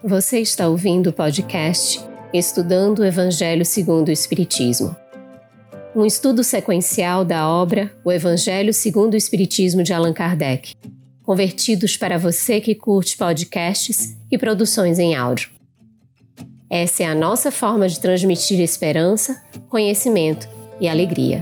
Você está ouvindo o podcast Estudando o Evangelho segundo o Espiritismo. Um estudo sequencial da obra O Evangelho segundo o Espiritismo de Allan Kardec, convertidos para você que curte podcasts e produções em áudio. Essa é a nossa forma de transmitir esperança, conhecimento e alegria.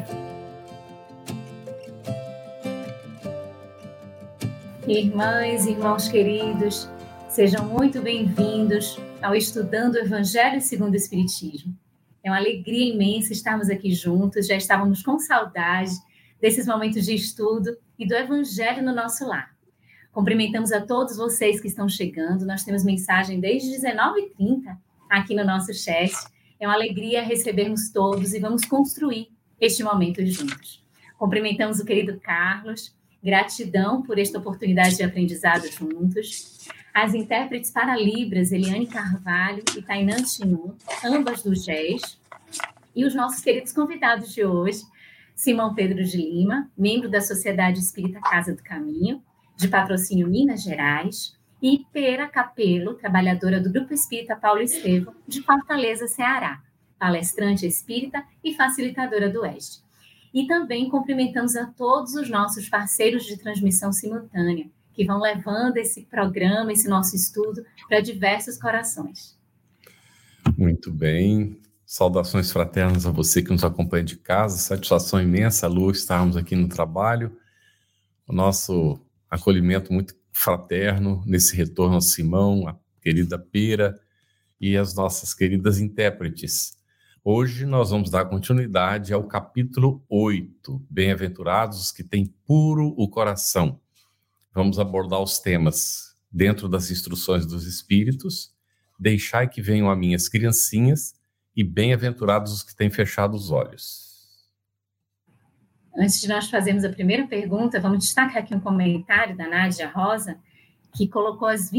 Irmãs e irmãos queridos, sejam muito bem-vindos ao Estudando o Evangelho segundo o Espiritismo. É uma alegria imensa estarmos aqui juntos, já estávamos com saudade desses momentos de estudo e do Evangelho no nosso lar. Cumprimentamos a todos vocês que estão chegando, nós temos mensagem desde 19h30 aqui no nosso chat. É uma alegria recebermos todos e vamos construir este momento juntos. Cumprimentamos o querido Carlos, gratidão por esta oportunidade de aprendizado juntos. As intérpretes para Libras, Eliane Carvalho e Tainan Chinum, ambas do GES. E os nossos queridos convidados de hoje, Simão Pedro de Lima, membro da Sociedade Espírita Casa do Caminho, de patrocínio Minas Gerais, e Pera Capello, trabalhadora do Grupo Espírita Paulo Estevam, de Fortaleza, Ceará, palestrante espírita e facilitadora do Oeste. E também cumprimentamos a todos os nossos parceiros de transmissão simultânea, que vão levando esse programa, esse nosso estudo, para diversos corações. Muito bem. Saudações fraternas a você que nos acompanha de casa. Satisfação imensa, Lu, estarmos aqui no trabalho. O nosso acolhimento muito fraterno nesse retorno ao Simão, a querida Pera e as nossas queridas intérpretes. Hoje nós vamos dar continuidade ao capítulo 8, Bem-aventurados os que têm puro o coração. Vamos abordar os temas dentro das instruções dos Espíritos, deixai que venham a mim as criancinhas e bem-aventurados os que têm fechado os olhos. Antes de nós fazermos a primeira pergunta, vamos destacar aqui um comentário da Nádia Rosa, que colocou às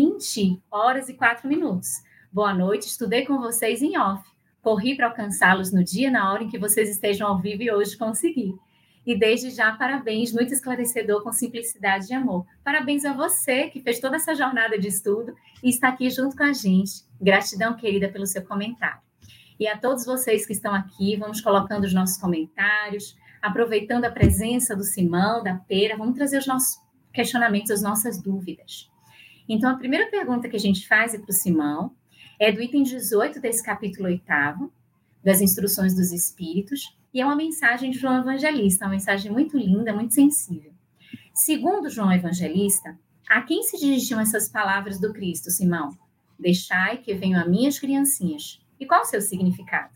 20h04. Boa noite, estudei com vocês em off. Corri para alcançá-los no dia, na hora em que vocês estejam ao vivo e hoje consegui. E desde já, parabéns, muito esclarecedor, com simplicidade e amor. Parabéns a você que fez toda essa jornada de estudo e está aqui junto com a gente. Gratidão, querida, pelo seu comentário. E a todos vocês que estão aqui, vamos colocando os nossos comentários, aproveitando a presença do Simão, da Pera, vamos trazer os nossos questionamentos, as nossas dúvidas. Então, a primeira pergunta que a gente faz é para o Simão, é do item 18 desse capítulo 8, das Instruções dos Espíritos, e é uma mensagem de João Evangelista, uma mensagem muito linda, muito sensível. Segundo João Evangelista, a quem se dirigiam essas palavras do Cristo, Simão? Deixai que venham a mim as criancinhas. E qual o seu significado?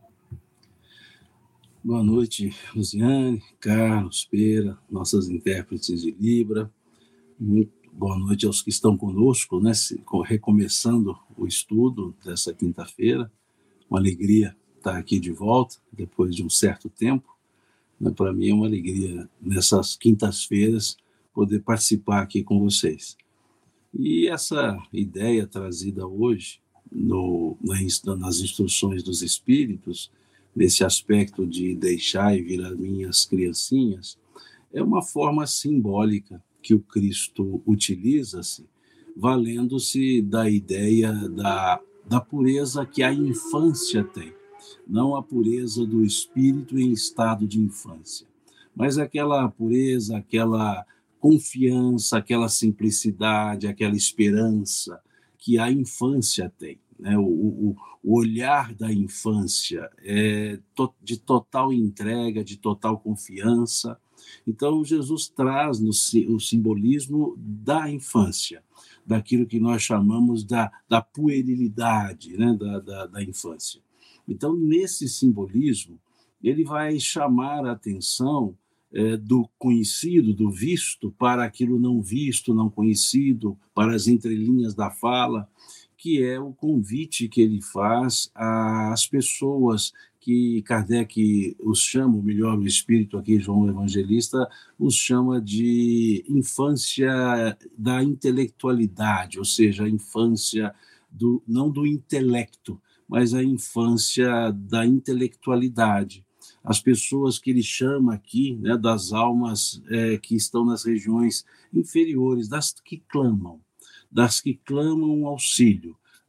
Boa noite, Luciane, Carlos, Pera, nossas intérpretes de Libra. Muito boa noite aos que estão conosco, né, recomeçando o estudo dessa quinta-feira. Uma alegria estar aqui de volta, depois de um certo tempo. Para mim é uma alegria, nessas quintas-feiras, poder participar aqui com vocês. E essa ideia trazida hoje, nas instruções dos Espíritos, nesse aspecto de deixar e vir a mim as criancinhas, é uma forma simbólica que o Cristo utiliza-se, valendo-se da ideia da pureza que a infância tem. Não a pureza do espírito em estado de infância, mas aquela pureza, aquela confiança, aquela simplicidade, aquela esperança que a infância tem. Né? O olhar da infância é de total entrega, de total confiança. Então, Jesus traz o simbolismo da infância, daquilo que nós chamamos da puerilidade, né? da infância. Então, nesse simbolismo, ele vai chamar a atenção do conhecido, do visto, para aquilo não visto, não conhecido, para as entrelinhas da fala, que é o convite que ele faz às pessoas que Kardec os chama, ou melhor, o Espírito aqui, João Evangelista, os chama de infância da intelectualidade, ou seja, a infância não do intelecto, mas a infância da intelectualidade. As pessoas que ele chama aqui, né, das almas que estão nas regiões inferiores, das que clamam auxílio,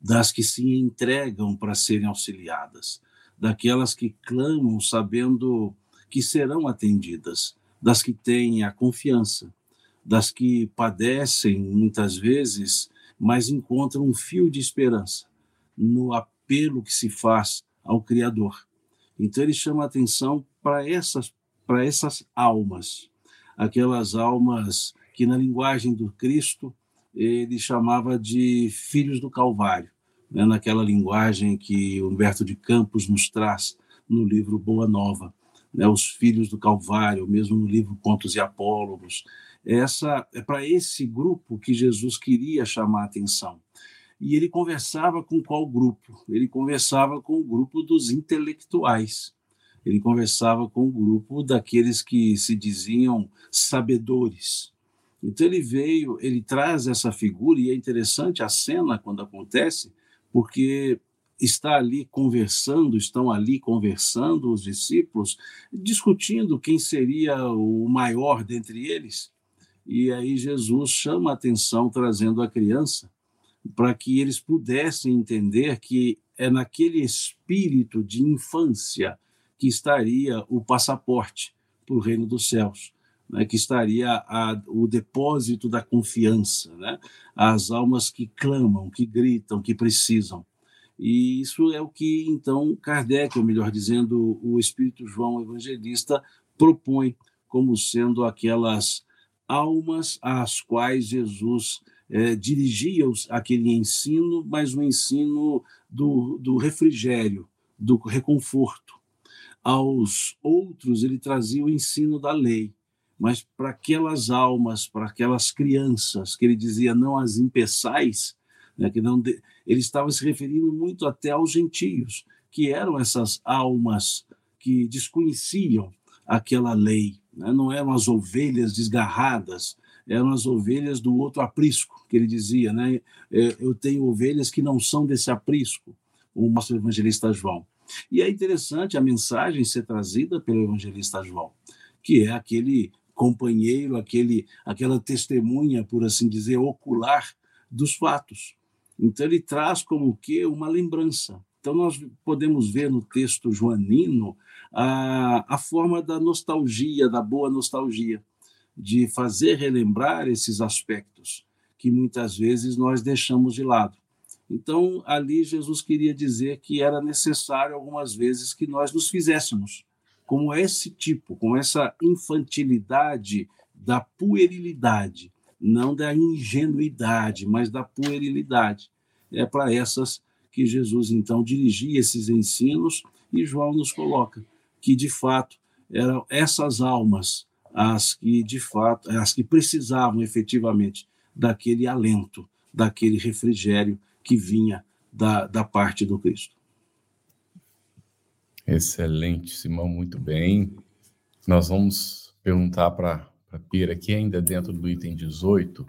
das que se entregam para serem auxiliadas, daquelas que clamam sabendo que serão atendidas, das que têm a confiança, das que padecem muitas vezes, mas encontram um fio de esperança no apelo que se faz ao Criador. Então ele chama a atenção para essas almas, aquelas almas que na linguagem do Cristo ele chamava de filhos do Calvário, né, naquela linguagem que Humberto de Campos nos traz no livro Boa Nova, né, os filhos do Calvário, mesmo no livro Pontos e Apólogos. É para esse grupo que Jesus queria chamar a atenção. E ele conversava com qual grupo? Ele conversava com o grupo dos intelectuais. Ele conversava com o grupo daqueles que se diziam sabedores. Então ele traz essa figura, e é interessante a cena quando acontece, porque estão ali conversando os discípulos, discutindo quem seria o maior dentre eles, e aí Jesus chama a atenção trazendo a criança, para que eles pudessem entender que é naquele espírito de infância que estaria o passaporte para o reino dos céus, né, que estaria o depósito da confiança, né, as almas que clamam, que gritam, que precisam. E isso é o que, então, Kardec, ou melhor dizendo, o Espírito João Evangelista, propõe como sendo aquelas almas às quais Jesus dirigia aquele ensino, mas o ensino do refrigério, do reconforto. Aos outros, ele trazia o ensino da lei, mas para aquelas almas, para aquelas crianças, que ele dizia, não as impeçais, né, ele estava se referindo muito até aos gentios, que eram essas almas que desconheciam aquela lei, né, não eram as ovelhas desgarradas, eram as ovelhas do outro aprisco, que ele dizia, né, eu tenho ovelhas que não são desse aprisco, o nosso evangelista João. E é interessante a mensagem ser trazida pelo evangelista João, que é aquele companheiro, aquela testemunha, por assim dizer, ocular dos fatos. Então ele traz como que uma lembrança. Então nós podemos ver no texto joanino a forma da nostalgia, da boa nostalgia, de fazer relembrar esses aspectos que muitas vezes nós deixamos de lado. Então, ali Jesus queria dizer que era necessário algumas vezes que nós nos fizéssemos como esse tipo, com essa infantilidade da puerilidade, não da ingenuidade, mas da puerilidade. É para essas que Jesus, então, dirigia esses ensinos, e João nos coloca que, de fato, eram essas almas as que precisavam efetivamente daquele alento, daquele refrigério que vinha da parte do Cristo. Excelente, Simão, muito bem. Nós vamos perguntar para Pira, aqui ainda dentro do item 18,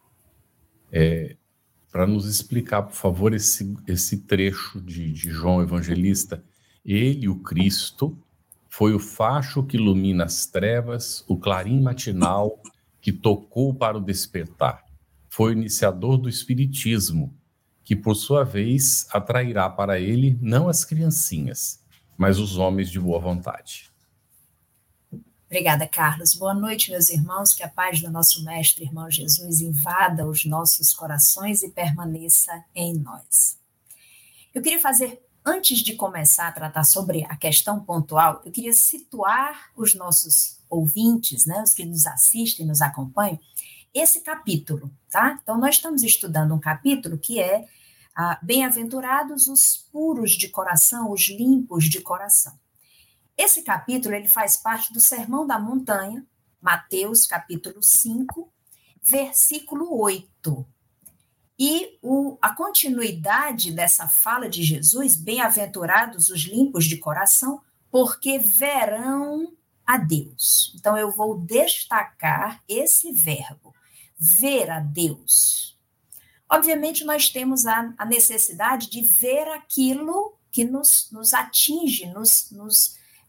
para nos explicar, por favor, esse trecho de João Evangelista. Ele, o Cristo, foi o facho que ilumina as trevas, o clarim matinal que tocou para o despertar. Foi o iniciador do Espiritismo, que, por sua vez, atrairá para ele não as criancinhas, mas os homens de boa vontade. Obrigada, Carlos. Boa noite, meus irmãos. Que a paz do nosso Mestre, irmão Jesus, invada os nossos corações e permaneça em nós. Eu queria fazer, antes de começar a tratar sobre a questão pontual, eu queria situar os nossos ouvintes, né, os que nos assistem, nos acompanham, esse capítulo, tá? Então, nós estamos estudando um capítulo que é Bem-aventurados os puros de coração, os limpos de coração. Esse capítulo ele faz parte do Sermão da Montanha, Mateus, capítulo 5, versículo 8. E a continuidade dessa fala de Jesus, bem-aventurados os limpos de coração, porque verão a Deus. Então, eu vou destacar esse verbo, ver a Deus. Obviamente, nós temos a necessidade de ver aquilo que nos atinge, nos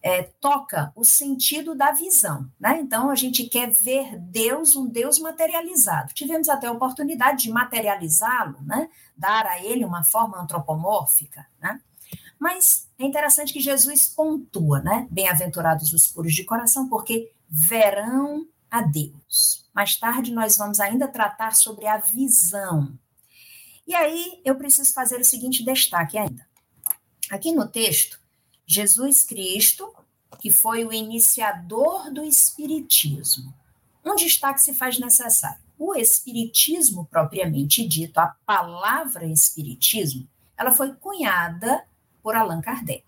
toca o sentido da visão, né? Então, a gente quer ver Deus, um Deus materializado. Tivemos até a oportunidade de materializá-lo, né? Dar a ele uma forma antropomórfica, né? Mas é interessante que Jesus pontua, né? Bem-aventurados os puros de coração, porque verão a Deus. Mais tarde nós vamos ainda tratar sobre a visão. E aí eu preciso fazer o seguinte destaque ainda. Aqui no texto, Jesus Cristo, que foi o iniciador do Espiritismo. Um destaque se faz necessário. O Espiritismo, propriamente dito, a palavra Espiritismo, ela foi cunhada por Allan Kardec.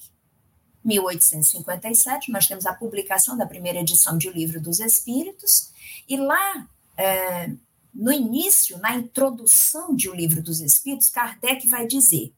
1857, nós temos a publicação da primeira edição de O Livro dos Espíritos, e lá, no início, na introdução de O Livro dos Espíritos, Kardec vai dizer: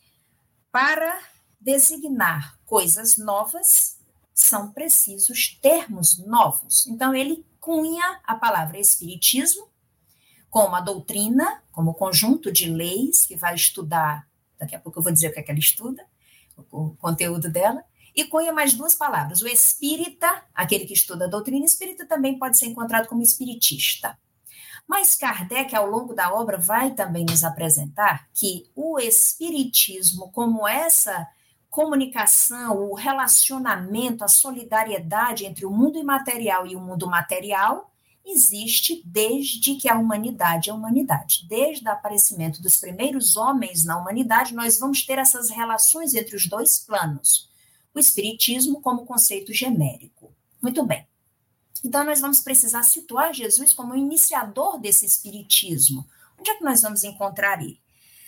para designar coisas novas, são precisos termos novos. Então, ele cunha a palavra espiritismo como a doutrina, como conjunto de leis que vai estudar, daqui a pouco eu vou dizer o que é que ela estuda, o conteúdo dela, e cunha mais duas palavras, o espírita, aquele que estuda a doutrina espírita, também pode ser encontrado como espiritista. Mas Kardec, ao longo da obra, vai também nos apresentar que o espiritismo, como essa comunicação, o relacionamento, a solidariedade entre o mundo imaterial e o mundo material, existe desde que a humanidade é humanidade. Desde o aparecimento dos primeiros homens na humanidade, nós vamos ter essas relações entre os dois planos. O espiritismo como conceito genérico. Muito bem. Então, nós vamos precisar situar Jesus como o iniciador desse espiritismo. Onde é que nós vamos encontrar ele?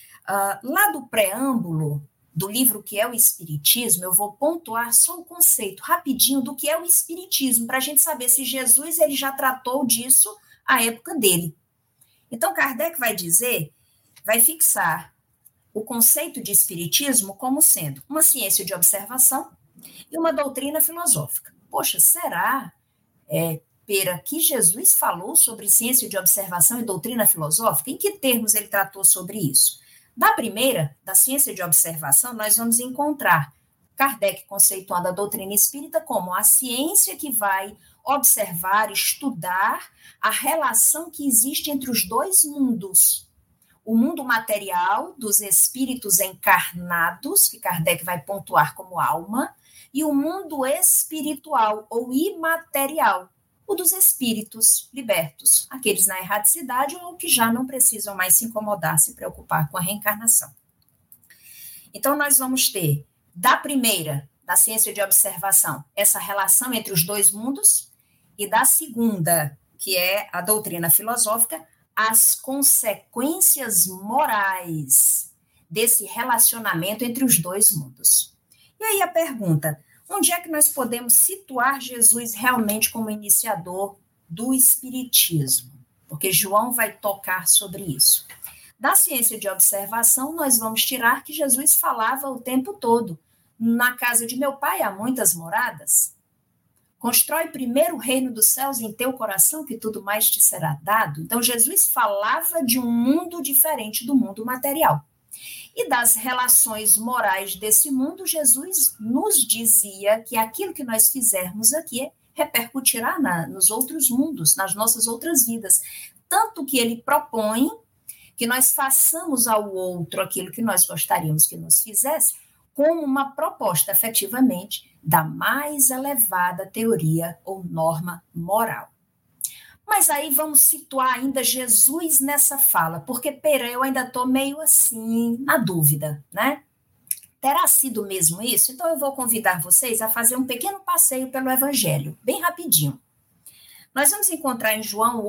Lá do preâmbulo do livro que é o Espiritismo, eu vou pontuar só o conceito rapidinho do que é o Espiritismo, para a gente saber se Jesus ele já tratou disso à época dele. Então, Kardec vai fixar o conceito de Espiritismo como sendo uma ciência de observação e uma doutrina filosófica. Poxa, será, Pera, que Jesus falou sobre ciência de observação e doutrina filosófica? Em que termos ele tratou sobre isso? Da primeira, da ciência de observação, nós vamos encontrar Kardec conceituando a doutrina espírita como a ciência que vai observar, estudar a relação que existe entre os dois mundos. O mundo material dos espíritos encarnados, que Kardec vai pontuar como alma, e o mundo espiritual ou imaterial, o dos espíritos libertos, aqueles na erraticidade ou que já não precisam mais se incomodar, se preocupar com a reencarnação. Então, nós vamos ter, da primeira, da ciência de observação, essa relação entre os dois mundos, e da segunda, que é a doutrina filosófica, as consequências morais desse relacionamento entre os dois mundos. E aí a pergunta: onde é que nós podemos situar Jesus realmente como iniciador do Espiritismo? Porque João vai tocar sobre isso. Da ciência de observação, nós vamos tirar que Jesus falava o tempo todo: na casa de meu pai há muitas moradas. Constrói primeiro o reino dos céus em teu coração, que tudo mais te será dado. Então, Jesus falava de um mundo diferente do mundo material. E das relações morais desse mundo, Jesus nos dizia que aquilo que nós fizermos aqui repercutirá nos outros mundos, nas nossas outras vidas. Tanto que ele propõe que nós façamos ao outro aquilo que nós gostaríamos que nos fizesse, como uma proposta, efetivamente, da mais elevada teoria ou norma moral. Mas aí vamos situar ainda Jesus nessa fala, porque, eu ainda estou meio assim, na dúvida, né? Terá sido mesmo isso? Então eu vou convidar vocês a fazer um pequeno passeio pelo Evangelho, bem rapidinho. Nós vamos encontrar em João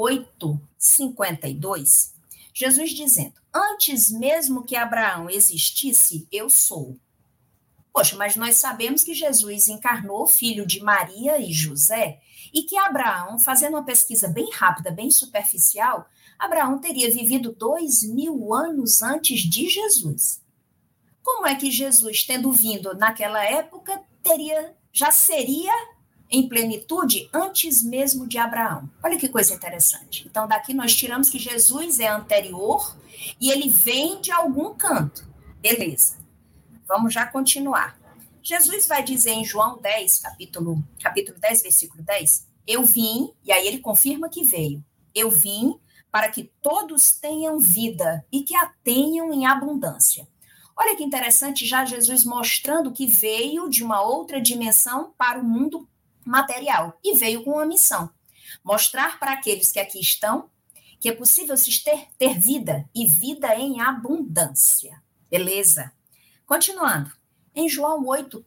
8:52, Jesus dizendo: antes mesmo que Abraão existisse, eu sou. Poxa, mas nós sabemos que Jesus encarnou, filho de Maria e José, e que Abraão, fazendo uma pesquisa bem rápida, bem superficial, Abraão teria vivido 2000 anos antes de Jesus. Como é que Jesus, tendo vindo naquela época, já seria em plenitude antes mesmo de Abraão? Olha que coisa interessante. Então, daqui nós tiramos que Jesus é anterior e ele vem de algum canto. Beleza. Vamos já continuar. Jesus vai dizer em João 10, capítulo 10, versículo 10, eu vim, e aí ele confirma que veio, eu vim para que todos tenham vida e que a tenham em abundância. Olha que interessante, já Jesus mostrando que veio de uma outra dimensão para o mundo material e veio com uma missão. Mostrar para aqueles que aqui estão que é possível se ter vida e vida em abundância. Beleza? Continuando. Em João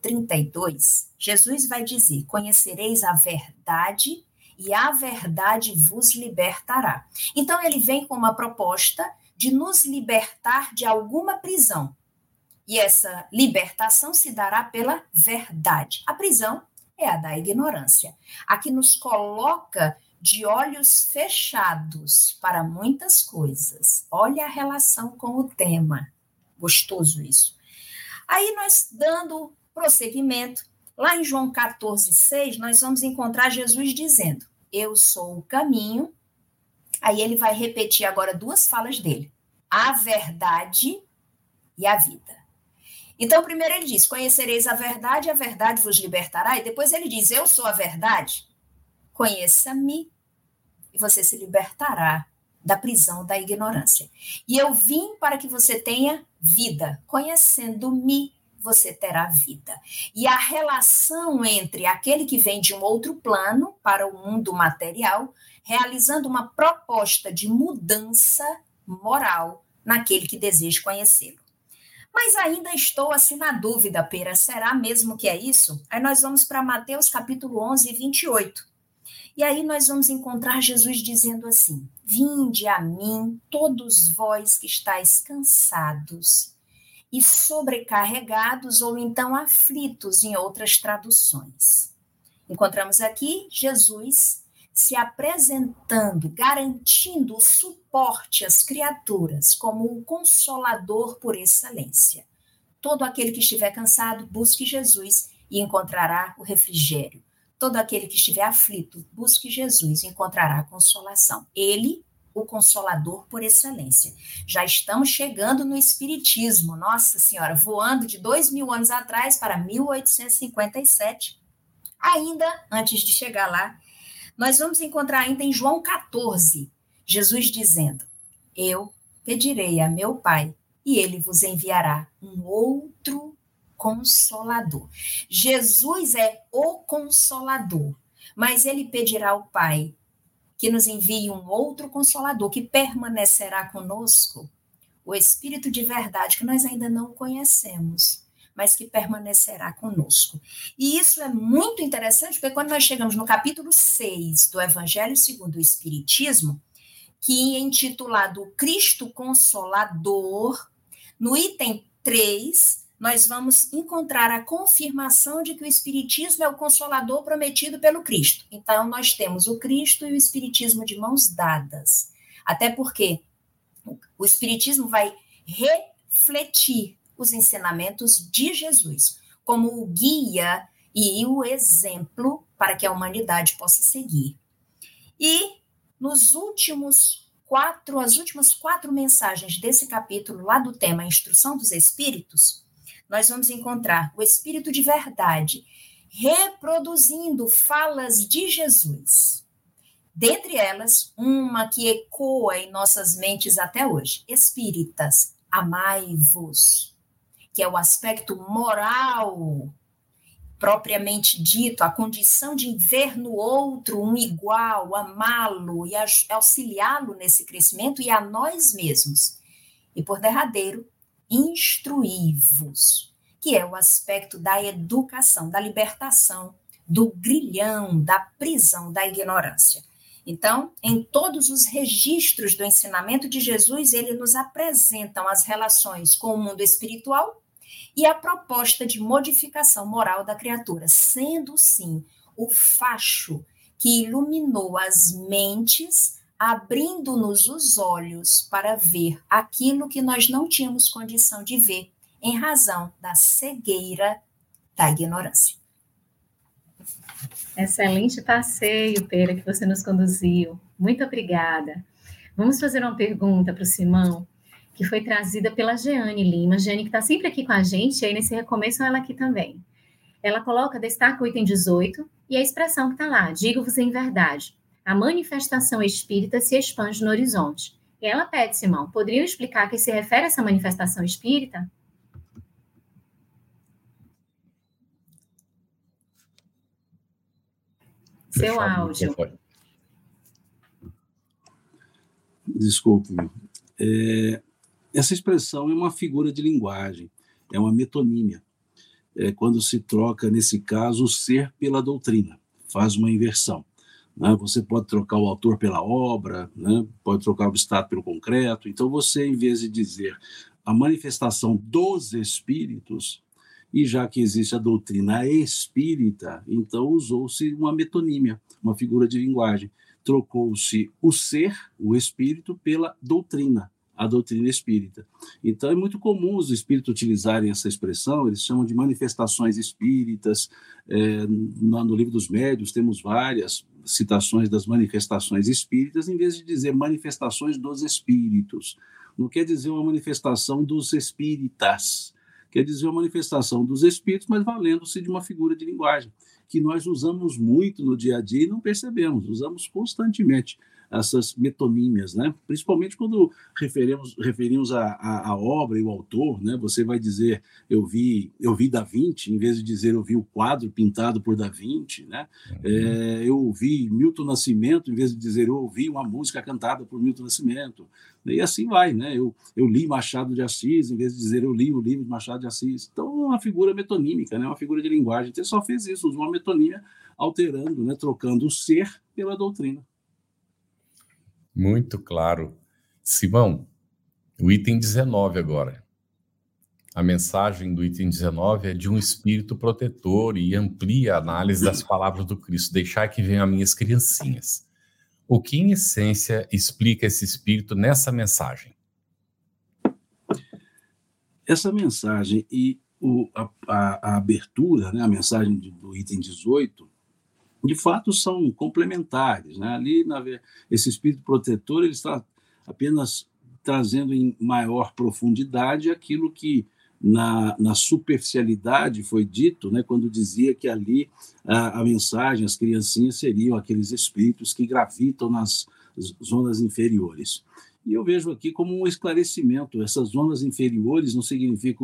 8,32, Jesus vai dizer, conhecereis a verdade e a verdade vos libertará. Então, ele vem com uma proposta de nos libertar de alguma prisão. E essa libertação se dará pela verdade. A prisão é a da ignorância. A que nos coloca de olhos fechados para muitas coisas. Olha a relação com o tema. Gostoso isso. Aí nós, dando prosseguimento, lá em João 14,6, nós vamos encontrar Jesus dizendo, eu sou o caminho. Aí ele vai repetir agora duas falas dele. A verdade e a vida. Então, primeiro ele diz, conhecereis a verdade vos libertará. E depois ele diz, eu sou a verdade. Conheça-me e você se libertará da prisão da ignorância. E eu vim para que você tenha vida. Conhecendo-me, você terá vida. E a relação entre aquele que vem de um outro plano para o mundo material, realizando uma proposta de mudança moral naquele que deseja conhecê-lo. Mas ainda estou assim na dúvida, Pera, será mesmo que é isso? Aí nós vamos para Mateus capítulo 11, 28. E aí nós vamos encontrar Jesus dizendo assim, vinde a mim, todos vós que estáis cansados e sobrecarregados ou então aflitos em outras traduções. Encontramos aqui Jesus se apresentando, garantindo o suporte às criaturas como o consolador por excelência. Todo aquele que estiver cansado, busque Jesus e encontrará o refrigério. Todo aquele que estiver aflito, busque Jesus e encontrará consolação. Ele, o consolador por excelência. Já estamos chegando no Espiritismo, Nossa Senhora, voando de 2000 anos atrás para 1857. Ainda, antes de chegar lá, nós vamos encontrar ainda em João 14, Jesus dizendo, eu pedirei a meu Pai e ele vos enviará um outro Consolador. Jesus é o Consolador, mas ele pedirá ao Pai que nos envie um outro Consolador que permanecerá conosco, o Espírito de verdade que nós ainda não conhecemos, mas que permanecerá conosco. E isso é muito interessante, porque quando nós chegamos no capítulo 6 do Evangelho segundo o Espiritismo, que é intitulado Cristo Consolador, no item 3, nós vamos encontrar a confirmação de que o Espiritismo é o Consolador prometido pelo Cristo. Então, nós temos o Cristo e o Espiritismo de mãos dadas. Até porque o Espiritismo vai refletir os ensinamentos de Jesus como o guia e o exemplo para que a humanidade possa seguir. E as últimas 4 mensagens desse capítulo, lá do tema Instrução dos Espíritos, nós vamos encontrar o Espírito de verdade reproduzindo falas de Jesus. Dentre elas, uma que ecoa em nossas mentes até hoje. Espíritas, amai-vos, que é o aspecto moral, propriamente dito, a condição de ver no outro um igual, amá-lo e auxiliá-lo nesse crescimento e a nós mesmos. E por derradeiro, instruí-vos, que é o aspecto da educação, da libertação, do grilhão, da prisão, da ignorância. Então, em todos os registros do ensinamento de Jesus, ele nos apresentam as relações com o mundo espiritual e a proposta de modificação moral da criatura, sendo, sim, o facho que iluminou as mentes, abrindo-nos os olhos para ver aquilo que nós não tínhamos condição de ver, em razão da cegueira da ignorância. Excelente passeio, Pera, que você nos conduziu. Muito obrigada. Vamos fazer uma pergunta para o Simão, que foi trazida pela Jeane Lima. Jeane, que está sempre aqui com a gente, e aí nesse recomeço ela aqui também. ela destaca o item 18 e a expressão que está lá, digo-vos em verdade, a manifestação espírita se expande no horizonte. E ela pede, Simão, poderiam explicar a que se refere essa manifestação espírita? Seu áudio. Desculpe. Essa expressão é uma figura de linguagem, é uma metonímia. Quando se troca, nesse caso, o ser pela doutrina, faz uma inversão. Né? Você pode trocar o autor pela obra, né? Pode trocar o abstrato pelo concreto. Então, você, em vez de dizer a manifestação dos espíritos, e já que existe a doutrina espírita, então usou-se uma metonímia, uma figura de linguagem. Trocou-se o ser, o espírito, pela doutrina, a doutrina espírita. Então, é muito comum os espíritos utilizarem essa expressão, eles chamam de manifestações espíritas. No Livro dos Médiuns temos várias citações das manifestações espíritas, em vez de dizer manifestações dos espíritos. Não quer dizer uma manifestação dos espíritas, quer dizer uma manifestação dos espíritos, mas valendo-se de uma figura de linguagem, que nós usamos muito no dia a dia e não percebemos, usamos constantemente essas metonímias, né? Principalmente quando referimos a obra e o autor, né? Você vai dizer, eu vi Da Vinci, em vez de dizer eu vi o quadro pintado por Da Vinci, né? Eu vi Milton Nascimento, em vez de dizer eu ouvi uma música cantada por Milton Nascimento. E assim vai, né? Eu li Machado de Assis, em vez de dizer eu li o livro de Machado de Assis. Então, é uma figura metonímica, né? Uma figura de linguagem. Então, ele só fez isso, usou uma metonímia, alterando, né? Trocando o ser pela doutrina. Muito claro. Simão, o item 19 agora. A mensagem do item 19 é de um espírito protetor e amplia a análise das palavras do Cristo. Deixar que venham as minhas criancinhas. O que, em essência, explica esse espírito nessa mensagem? Essa mensagem e a abertura, né, a mensagem do item 18, de fato são complementares, né? Ali, esse espírito protetor ele está apenas trazendo em maior profundidade aquilo que na superficialidade foi dito, né, quando dizia que ali a mensagem, as criancinhas seriam aqueles espíritos que gravitam nas zonas inferiores. E eu vejo aqui como um esclarecimento, essas zonas inferiores não significam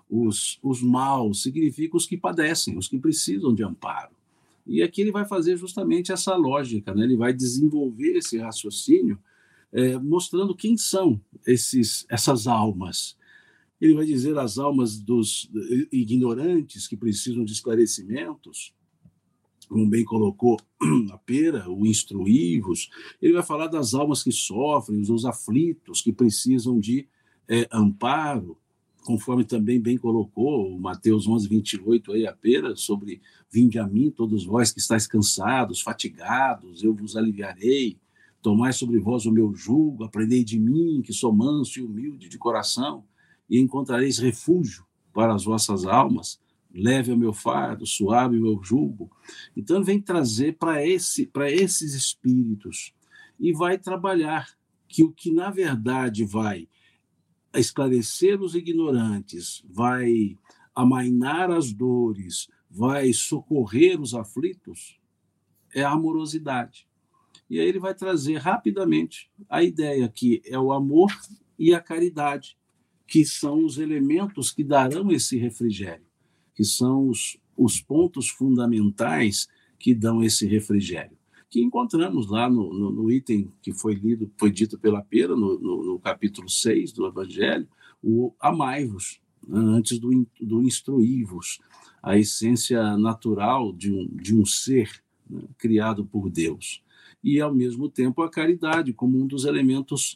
os maus, significam os que padecem, os que precisam de amparo. E aqui ele vai fazer justamente essa lógica, né? Ele vai desenvolver esse raciocínio, mostrando quem são essas almas. Ele vai dizer as almas dos ignorantes que precisam de esclarecimentos, como bem colocou a Pera, o instruí-vos. Ele vai falar das almas que sofrem, os aflitos que precisam de amparo, conforme também bem colocou o Mateus 11, 28, aí, a Pera, sobre vinde a mim, todos vós que estáis cansados, fatigados, eu vos aliviarei, tomai sobre vós o meu jugo, aprendei de mim, que sou manso e humilde de coração, e encontrareis refúgio para as vossas almas, leve o meu fardo, suave o meu jugo. Então, vem trazer para esses espíritos, e vai trabalhar que o que, na verdade, vai esclarecer os ignorantes, vai amainar as dores, vai socorrer os aflitos, é a amorosidade. E aí ele vai trazer rapidamente a ideia que é o amor e a caridade, que são os elementos que darão esse refrigério, que são os pontos fundamentais que dão esse refrigério, que encontramos lá no item que foi dito pela Pera, no capítulo 6 do Evangelho, o amai-vos, antes do instruí-vos, a essência natural de um ser, né, criado por Deus. E, ao mesmo tempo, a caridade, como um dos elementos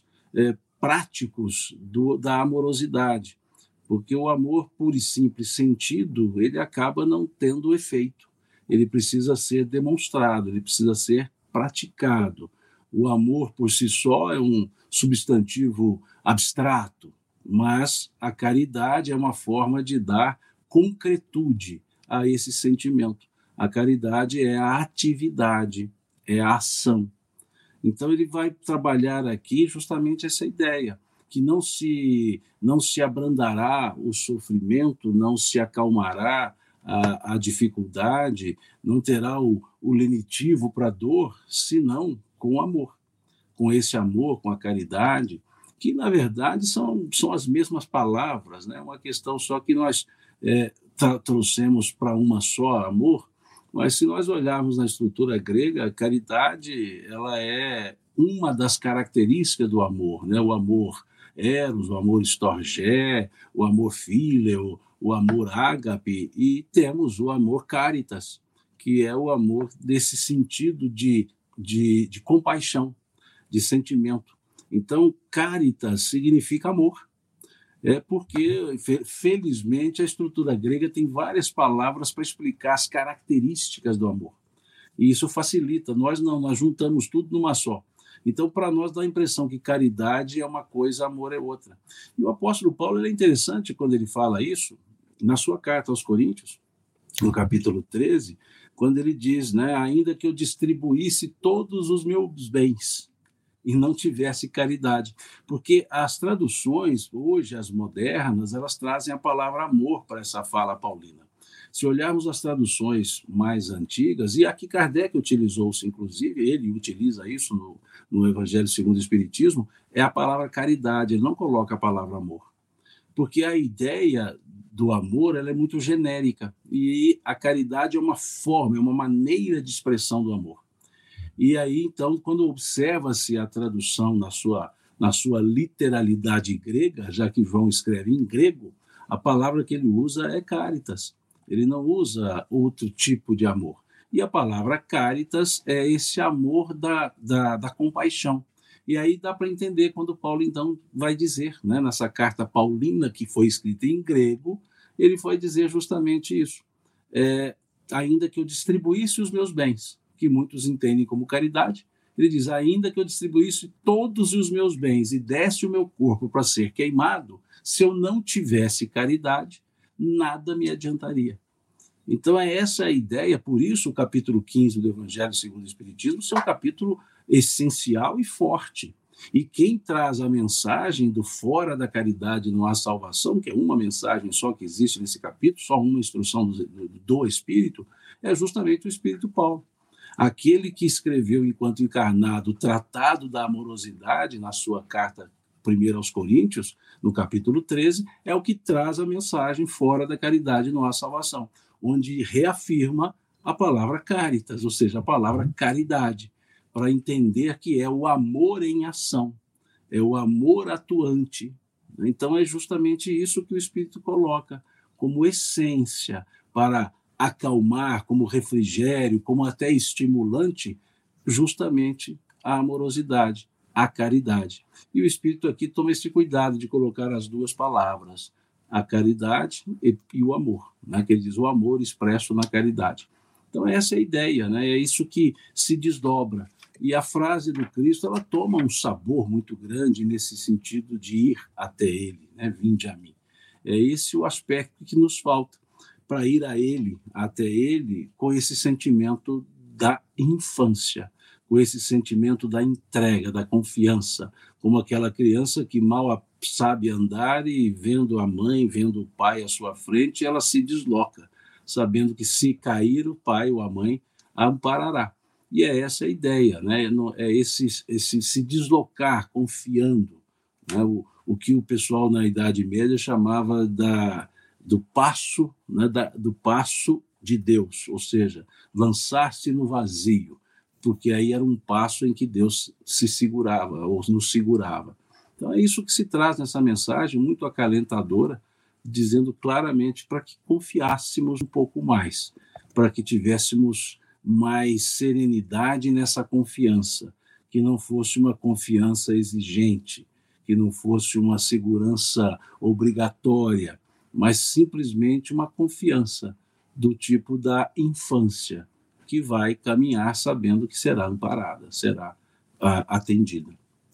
práticos da amorosidade, porque o amor puro e simples sentido, ele acaba não tendo efeito. Ele precisa ser demonstrado, ele precisa ser praticado. O amor por si só é um substantivo abstrato, mas a caridade é uma forma de dar concretude a esse sentimento. A caridade é a atividade, é a ação. Então ele vai trabalhar aqui justamente essa ideia, que não se abrandará o sofrimento, não se acalmará a dificuldade, não terá o lenitivo para a dor, senão com o amor. Com esse amor, com a caridade, que, na verdade, são as mesmas palavras, né? Uma questão só que nós trouxemos para uma só, amor, mas se nós olharmos na estrutura grega, a caridade ela é uma das características do amor, né? O amor eros, o amor storgé, o amor fíleo, o amor ágape, e temos o amor caritas, que é o amor desse sentido de compaixão, de sentimento. Então, caritas significa amor. Porque, felizmente, a estrutura grega tem várias palavras para explicar as características do amor. E isso facilita. Nós juntamos tudo numa só. Então, para nós, dá a impressão que caridade é uma coisa, amor é outra. E o apóstolo Paulo ele é interessante quando ele fala isso, na sua carta aos Coríntios, no capítulo 13, quando ele diz, né, ainda que eu distribuísse todos os meus bens e não tivesse caridade. Porque as traduções, hoje, as modernas, elas trazem a palavra amor para essa fala paulina. Se olharmos as traduções mais antigas, e aqui Kardec utilizou-se, inclusive, ele utiliza isso no Evangelho segundo o Espiritismo, é a palavra caridade, ele não coloca a palavra amor. Porque a ideia do amor ela é muito genérica, e a caridade é uma forma, é uma maneira de expressão do amor. E aí, então, quando observa-se a tradução na sua literalidade grega, já que João escreve em grego, a palavra que ele usa é caritas. Ele não usa outro tipo de amor. E a palavra caritas é esse amor da compaixão. E aí dá para entender quando Paulo, então, vai dizer, né, nessa carta paulina que foi escrita em grego, ele foi dizer justamente isso. Ainda que eu distribuísse os meus bens, que muitos entendem como caridade, ele diz, ainda que eu distribuísse todos os meus bens e desse o meu corpo para ser queimado, se eu não tivesse caridade, nada me adiantaria. Então é essa a ideia, por isso o capítulo 15 do Evangelho segundo o Espiritismo é um capítulo essencial e forte. E quem traz a mensagem do fora da caridade não há salvação, que é uma mensagem só que existe nesse capítulo, só uma instrução do Espírito, é justamente o Espírito Paulo. Aquele que escreveu, enquanto encarnado, o Tratado da Amorosidade, na sua carta 1 aos Coríntios, no capítulo 13, é o que traz a mensagem fora da caridade não há salvação, onde reafirma a palavra caritas, ou seja, a palavra caridade, para entender que é o amor em ação, é o amor atuante. Então, é justamente isso que o Espírito coloca como essência para acalmar, como refrigério, como até estimulante, justamente a amorosidade, a caridade. E o Espírito aqui toma esse cuidado de colocar as duas palavras, a caridade e o amor, né? Que ele diz o amor expresso na caridade. Então essa é a ideia, né? É isso que se desdobra. E a frase do Cristo ela toma um sabor muito grande nesse sentido de ir até ele, né? Vinde a mim. É esse o aspecto que nos falta para ir a ele, até ele, com esse sentimento da infância, com esse sentimento da entrega, da confiança, como aquela criança que mal sabe andar e vendo a mãe, vendo o pai à sua frente, ela se desloca, sabendo que se cair o pai ou a mãe a amparará. E é essa a ideia, né? É esse se deslocar confiando, né? O que o pessoal na Idade Média chamava do passo, né? Do passo de Deus, ou seja, lançar-se no vazio, porque aí era um passo em que Deus se segurava, ou nos segurava. Então é isso que se traz nessa mensagem, muito acalentadora, dizendo claramente para que confiássemos um pouco mais, para que tivéssemos mais serenidade nessa confiança, que não fosse uma confiança exigente, que não fosse uma segurança obrigatória, mas simplesmente uma confiança do tipo da infância, que vai caminhar sabendo que será amparada, será atendida.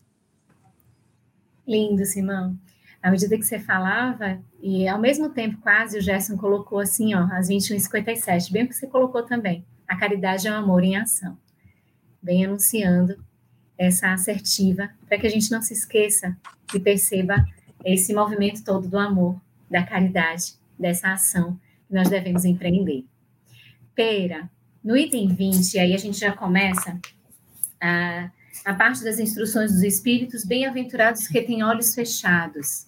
Lindo, Simão. À medida que você falava, e ao mesmo tempo quase o Gerson colocou assim, ó, às 21h57, bem o que você colocou também. A caridade é um amor em ação. Bem anunciando essa assertiva, para que a gente não se esqueça e perceba esse movimento todo do amor, da caridade, dessa ação nós devemos empreender. Pera, no item 20, aí a gente já começa a parte das instruções dos espíritos, bem-aventurados que têm olhos fechados.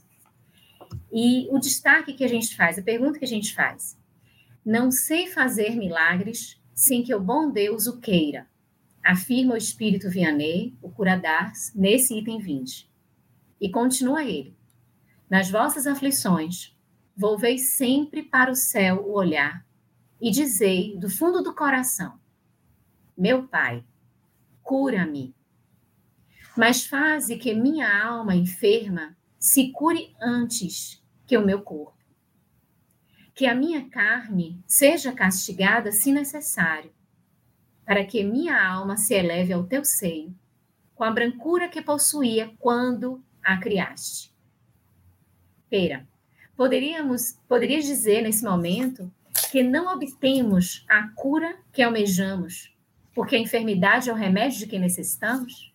E o destaque que a gente faz, a pergunta que a gente faz: não sei fazer milagres sem que o bom Deus o queira, afirma o espírito Vianney, o cura d'Ars, nesse item 20. E continua ele: nas vossas aflições, volvei sempre para o céu o olhar e dizei do fundo do coração: meu Pai, cura-me. Mas faze que minha alma enferma se cure antes que o meu corpo. Que a minha carne seja castigada se necessário, para que minha alma se eleve ao teu seio, com a brancura que possuía quando a criaste. Pera, poderias dizer nesse momento que não obtemos a cura que almejamos, porque a enfermidade é o remédio de que necessitamos?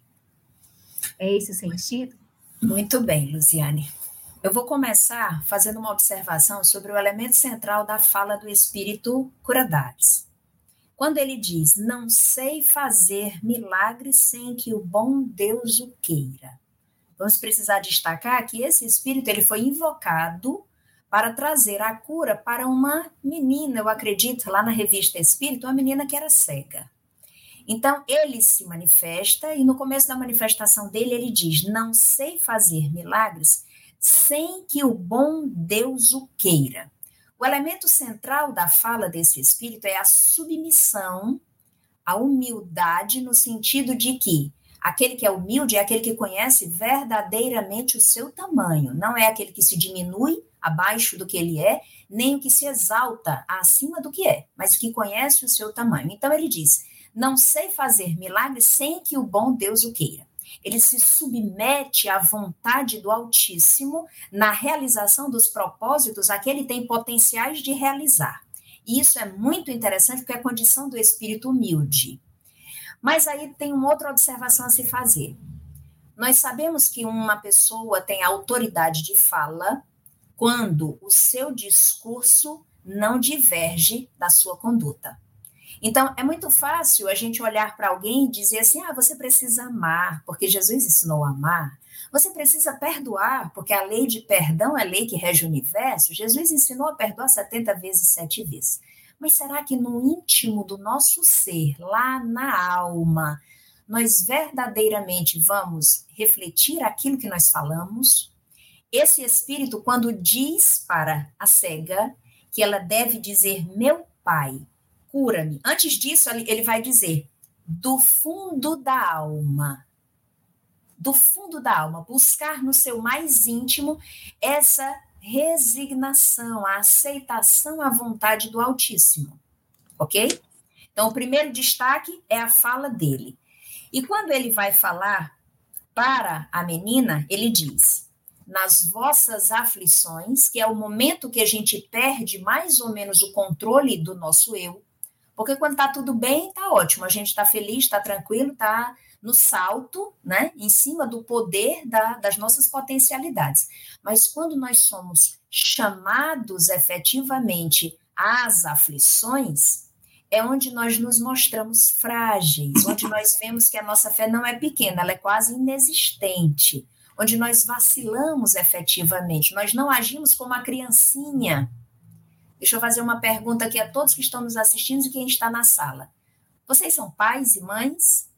É esse o sentido? Muito bem, Luziane. Eu vou começar fazendo uma observação sobre o elemento central da fala do espírito cura d'Ars. Quando ele diz, não sei fazer milagres sem que o bom Deus o queira. Vamos precisar destacar que esse espírito ele foi invocado para trazer a cura para uma menina, eu acredito, lá na revista Espírito, uma menina que era cega. Então, ele se manifesta e no começo da manifestação dele, ele diz, não sei fazer milagres sem que o bom Deus o queira. O elemento central da fala desse espírito é a submissão, a humildade, no sentido de que aquele que é humilde é aquele que conhece verdadeiramente o seu tamanho, não é aquele que se diminui abaixo do que ele é, nem o que se exalta acima do que é, mas o que conhece o seu tamanho. Então ele diz, não sei fazer milagres sem que o bom Deus o queira. Ele se submete à vontade do Altíssimo na realização dos propósitos a que ele tem potenciais de realizar. E isso é muito interessante porque é a condição do espírito humilde. Mas aí tem uma outra observação a se fazer. Nós sabemos que uma pessoa tem autoridade de fala quando o seu discurso não diverge da sua conduta. Então, é muito fácil a gente olhar para alguém e dizer assim, você precisa amar, porque Jesus ensinou a amar. Você precisa perdoar, porque a lei de perdão é a lei que rege o universo. Jesus ensinou a perdoar 70 vezes, 7 vezes. Mas será que no íntimo do nosso ser, lá na alma, nós verdadeiramente vamos refletir aquilo que nós falamos? Esse espírito, quando diz para a cega que ela deve dizer, meu Pai, cura-me. Antes disso, ele vai dizer, do fundo da alma, buscar no seu mais íntimo essa resignação, a aceitação à vontade do Altíssimo, ok? Então, o primeiro destaque é a fala dele. E quando ele vai falar para a menina, ele diz, nas vossas aflições, que é o momento que a gente perde mais ou menos o controle do nosso eu, porque quando está tudo bem, está ótimo, a gente está feliz, está tranquilo, está no salto, né, em cima do poder das nossas potencialidades. Mas quando nós somos chamados efetivamente às aflições, é onde nós nos mostramos frágeis, onde nós vemos que a nossa fé não é pequena, ela é quase inexistente, onde nós vacilamos efetivamente, nós não agimos como a criancinha. Deixa eu fazer uma pergunta aqui a todos que estão nos assistindo e quem está na sala. Vocês são pais e mães?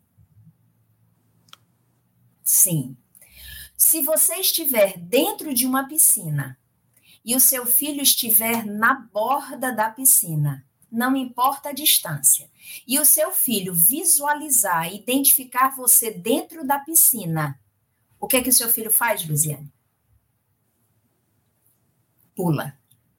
Sim. Se você estiver dentro de uma piscina e o seu filho estiver na borda da piscina, não importa a distância, e o seu filho visualizar, identificar você dentro da piscina, o que é que o seu filho faz, Luziane? Pula.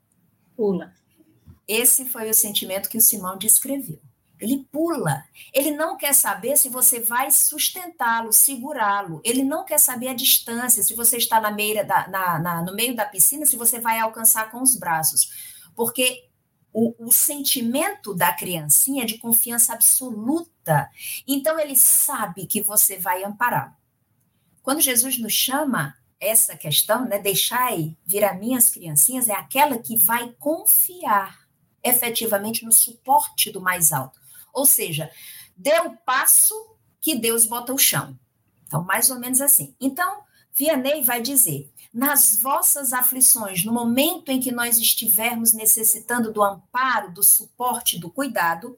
Esse foi o sentimento que o Simão descreveu. Ele pula. Ele não quer saber se você vai sustentá-lo, segurá-lo. Ele não quer saber a distância, se você está no meio da piscina, se você vai alcançar com os braços. Porque o sentimento da criancinha é de confiança absoluta. Então, ele sabe que você vai ampará-lo. Quando Jesus nos chama essa questão, né, deixai vir a minhas criancinhas, é aquela que vai confiar efetivamente no suporte do mais alto. Ou seja, dê o passo que Deus bota o chão. Então, mais ou menos assim. Então, Vianney vai dizer, nas vossas aflições, no momento em que nós estivermos necessitando do amparo, do suporte, do cuidado,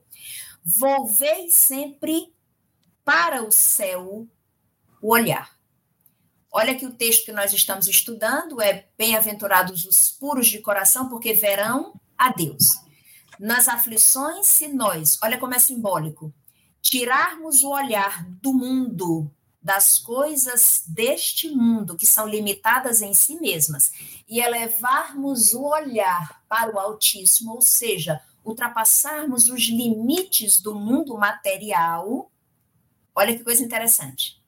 volvei sempre para o céu o olhar. Olha que o texto que nós estamos estudando é bem-aventurados os puros de coração, porque verão a Deus. Nas aflições, se nós, olha como é simbólico, tirarmos o olhar do mundo, das coisas deste mundo, que são limitadas em si mesmas, e elevarmos o olhar para o Altíssimo, ou seja, ultrapassarmos os limites do mundo material, olha que coisa interessante.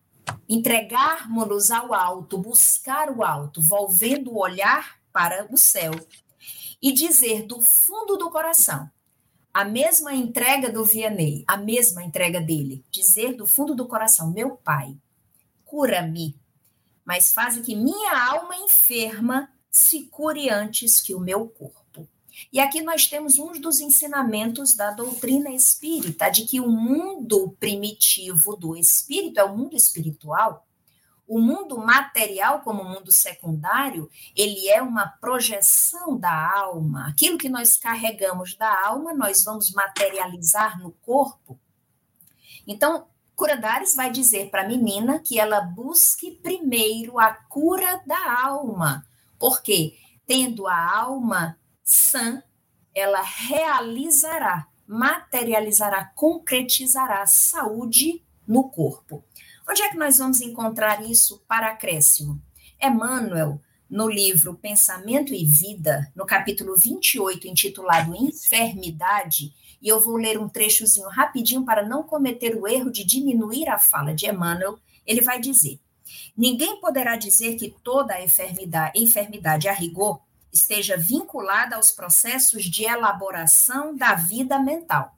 Entregarmos-nos ao alto, buscar o alto, volvendo o olhar para o céu, e dizer do fundo do coração, a mesma entrega do Vianney, a mesma entrega dele, dizer do fundo do coração, meu Pai, cura-me, mas faz que minha alma enferma se cure antes que o meu corpo. E aqui nós temos um dos ensinamentos da doutrina espírita, de que o mundo primitivo do espírito é o mundo espiritual. O mundo material, como o mundo secundário, ele é uma projeção da alma. Aquilo que nós carregamos da alma, nós vamos materializar no corpo. Então, Cura-Dares vai dizer para a menina que ela busque primeiro a cura da alma, porque, tendo a alma sã, ela realizará, materializará, concretizará a saúde no corpo. Onde é que nós vamos encontrar isso para acréscimo? Emmanuel, no livro Pensamento e Vida, no capítulo 28, intitulado Enfermidade, e eu vou ler um trechozinho rapidinho para não cometer o erro de diminuir a fala de Emmanuel, ele vai dizer, ninguém poderá dizer que toda a enfermidade a rigor esteja vinculada aos processos de elaboração da vida mental.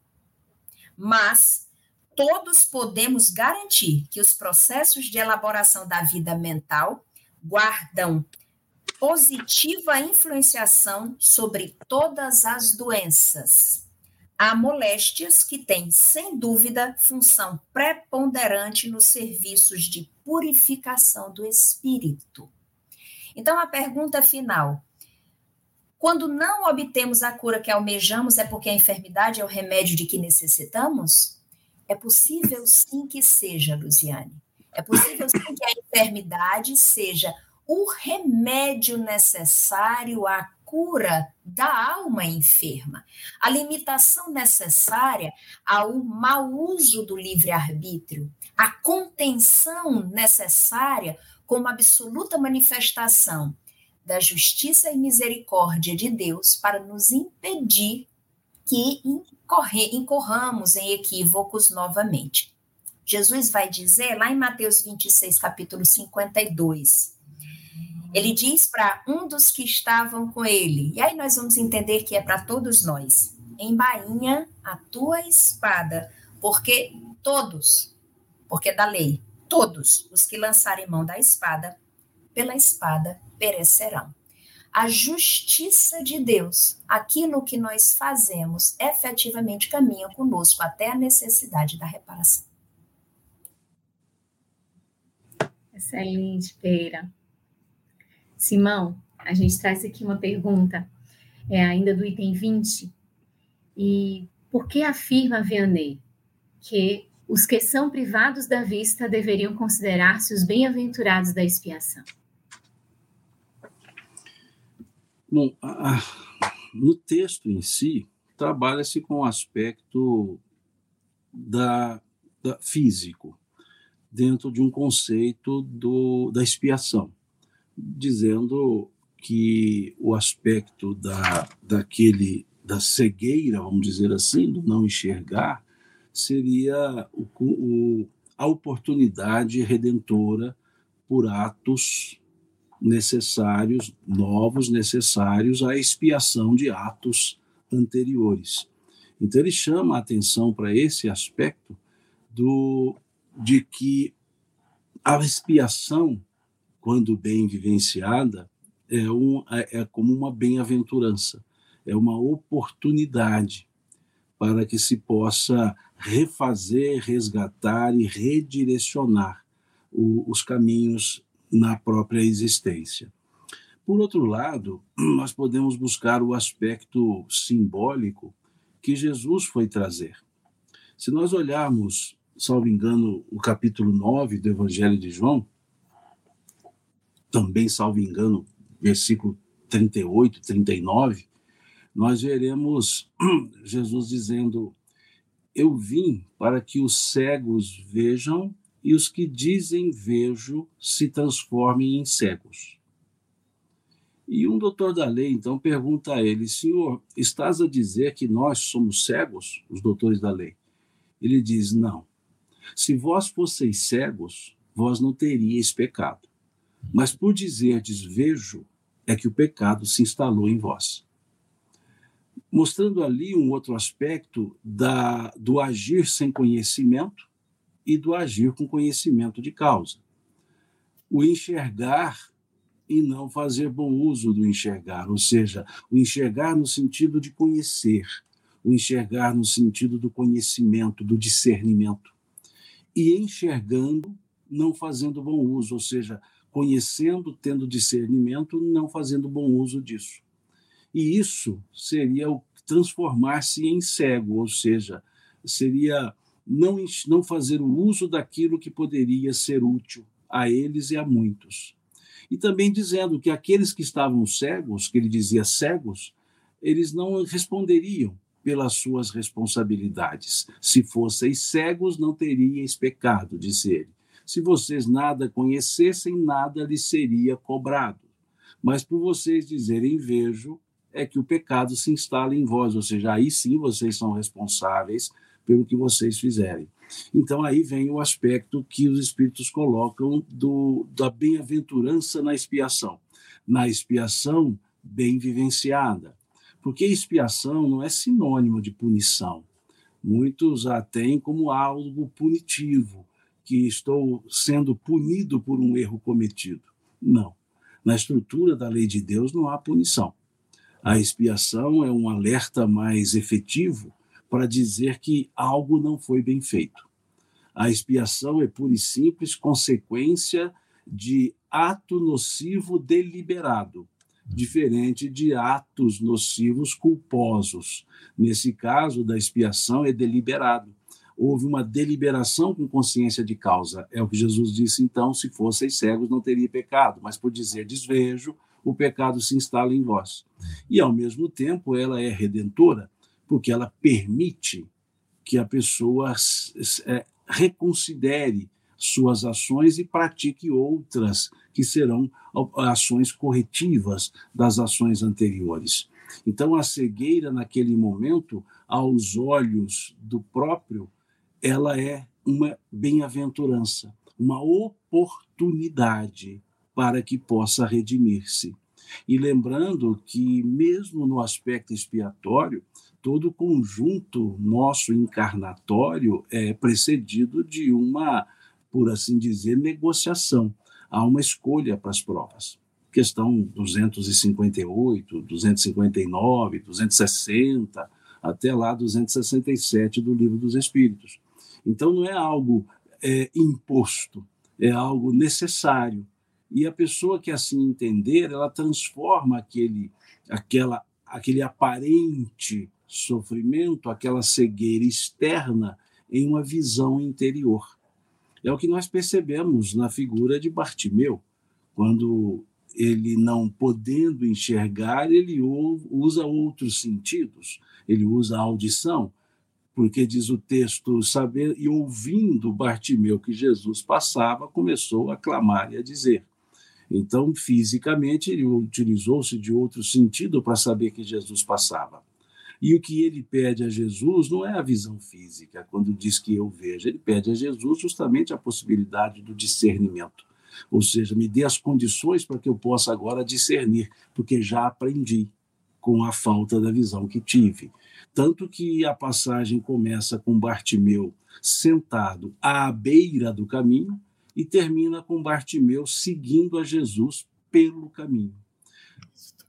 Mas todos podemos garantir que os processos de elaboração da vida mental guardam positiva influenciação sobre todas as doenças. Há moléstias que têm, sem dúvida, função preponderante nos serviços de purificação do espírito. Então, a pergunta final, quando não obtemos a cura que almejamos, é porque a enfermidade é o remédio de que necessitamos? É possível sim que seja, Luziane. É possível sim que a enfermidade seja o remédio necessário à cura da alma enferma. A limitação necessária ao mau uso do livre-arbítrio. A contenção necessária como absoluta manifestação da justiça e misericórdia de Deus para nos impedir que incorramos em equívocos novamente. Jesus vai dizer, lá em Mateus 26, capítulo 52, ele diz para um dos que estavam com ele, e aí nós vamos entender que é para todos nós, embainha a tua espada, porque é da lei, todos os que lançarem mão da espada, pela espada perecerão. A justiça de Deus, aquilo que nós fazemos, efetivamente caminha conosco até a necessidade da reparação. Excelente, Peira. Simão, a gente traz aqui uma pergunta, ainda do item 20, e por que afirma Vianney que os que são privados da vista deveriam considerar-se os bem-aventurados da expiação? Bom, no texto em si, trabalha-se com o aspecto da físico, dentro de um conceito da expiação, dizendo que o aspecto da cegueira, vamos dizer assim, do não enxergar, seria a oportunidade redentora por atos necessários, novos, necessários à expiação de atos anteriores. Então, ele chama a atenção para esse aspecto de que a expiação, quando bem vivenciada, é como uma bem-aventurança. é uma oportunidade para que se possa refazer, resgatar e redirecionar os caminhos na própria existência. Por outro lado, nós podemos buscar o aspecto simbólico que Jesus foi trazer. Se nós olharmos, salvo engano, o capítulo 9 do Evangelho de João, também, salvo engano, versículo 38, 39, nós veremos Jesus dizendo: eu vim para que os cegos vejam e os que dizem vejo se transformem em cegos. E um doutor da lei, então, pergunta a ele: senhor, estás a dizer que nós somos cegos, os doutores da lei? Ele diz: não. Se vós fosseis cegos, vós não teríeis pecado. Mas por dizerdes vejo, é que o pecado se instalou em vós. Mostrando ali um outro aspecto do agir sem conhecimento e do agir com conhecimento de causa. O enxergar e não fazer bom uso do enxergar, ou seja, o enxergar no sentido de conhecer, o enxergar no sentido do conhecimento, do discernimento, e enxergando, não fazendo bom uso, ou seja, conhecendo, tendo discernimento, não fazendo bom uso disso. E isso seria o transformar-se em cego, ou seja, seria não fazer o uso daquilo que poderia ser útil a eles e a muitos. E também dizendo que aqueles que estavam cegos, que ele dizia cegos, eles não responderiam pelas suas responsabilidades. Se fosseis cegos, não teríeis pecado, disse ele. Se vocês nada conhecessem, nada lhes seria cobrado. Mas por vocês dizerem vejo, é que o pecado se instala em vós, ou seja, aí sim vocês são responsáveis pelo que vocês fizerem. Então aí vem o aspecto que os Espíritos colocam da bem-aventurança na expiação. Na expiação bem vivenciada. Porque expiação não é sinônimo de punição. Muitos a têm como algo punitivo, que estou sendo punido por um erro cometido. Não. Na estrutura da lei de Deus não há punição. A expiação é um alerta mais efetivo para dizer que algo não foi bem feito. A expiação é pura e simples consequência de ato nocivo deliberado, diferente de atos nocivos culposos. Nesse caso, da expiação é deliberado. Houve uma deliberação com consciência de causa. É o que Jesus disse, então, se fosseis cegos não teria pecado, mas por dizer desvejo, o pecado se instala em vós. E, ao mesmo tempo, ela é redentora, porque ela permite que a pessoa reconsidere suas ações e pratique outras que serão ações corretivas das ações anteriores. Então, a cegueira, naquele momento, aos olhos do próprio, ela é uma bem-aventurança, uma oportunidade para que possa redimir-se. E lembrando que, mesmo no aspecto expiatório, todo o conjunto nosso encarnatório é precedido de uma, por assim dizer, negociação. Há uma escolha para as provas. Questão 258, 259, 260, até lá 267 do Livro dos Espíritos. Então, não é algo imposto, é algo necessário. E a pessoa que assim entender, ela transforma aquele aparente sofrimento, aquela cegueira externa, em uma visão interior. É o que nós percebemos na figura de Bartimeu, quando ele, não podendo enxergar, ele usa outros sentidos, ele usa a audição, porque diz o texto, saber e ouvindo Bartimeu que Jesus passava, começou a clamar e a dizer. Então, fisicamente, ele utilizou-se de outro sentido para saber que Jesus passava. E o que ele pede a Jesus não é a visão física, quando diz que eu vejo, ele pede a Jesus justamente a possibilidade do discernimento. Ou seja, me dê as condições para que eu possa agora discernir, porque já aprendi com a falta da visão que tive. Tanto que a passagem começa com Bartimeu sentado à beira do caminho e termina com Bartimeu seguindo a Jesus pelo caminho.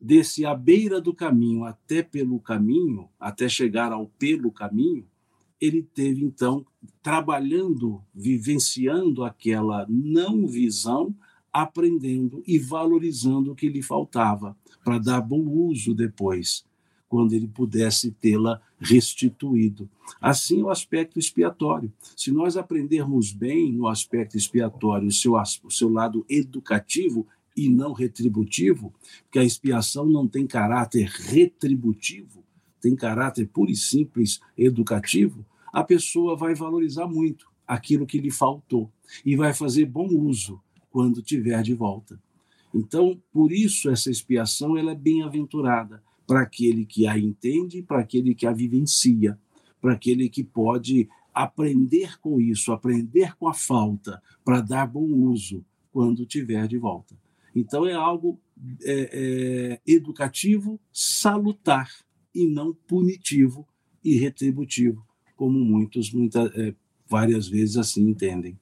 desse à beira do caminho até pelo caminho, até chegar ao pelo caminho, ele teve, então, trabalhando, vivenciando aquela não visão, aprendendo e valorizando o que lhe faltava, para dar bom uso depois, quando ele pudesse tê-la restituído. Assim, o aspecto expiatório. Se nós aprendermos bem no aspecto expiatório o seu lado educativo e não retributivo, porque a expiação não tem caráter retributivo, tem caráter puro e simples educativo, a pessoa vai valorizar muito aquilo que lhe faltou e vai fazer bom uso quando tiver de volta. Então, por isso, essa expiação ela é bem-aventurada para aquele que a entende, para aquele que a vivencia, para aquele que pode aprender com isso, aprender com a falta, para dar bom uso quando tiver de volta. Então, é algo educativo, salutar, e não punitivo e retributivo, como várias vezes assim entendem.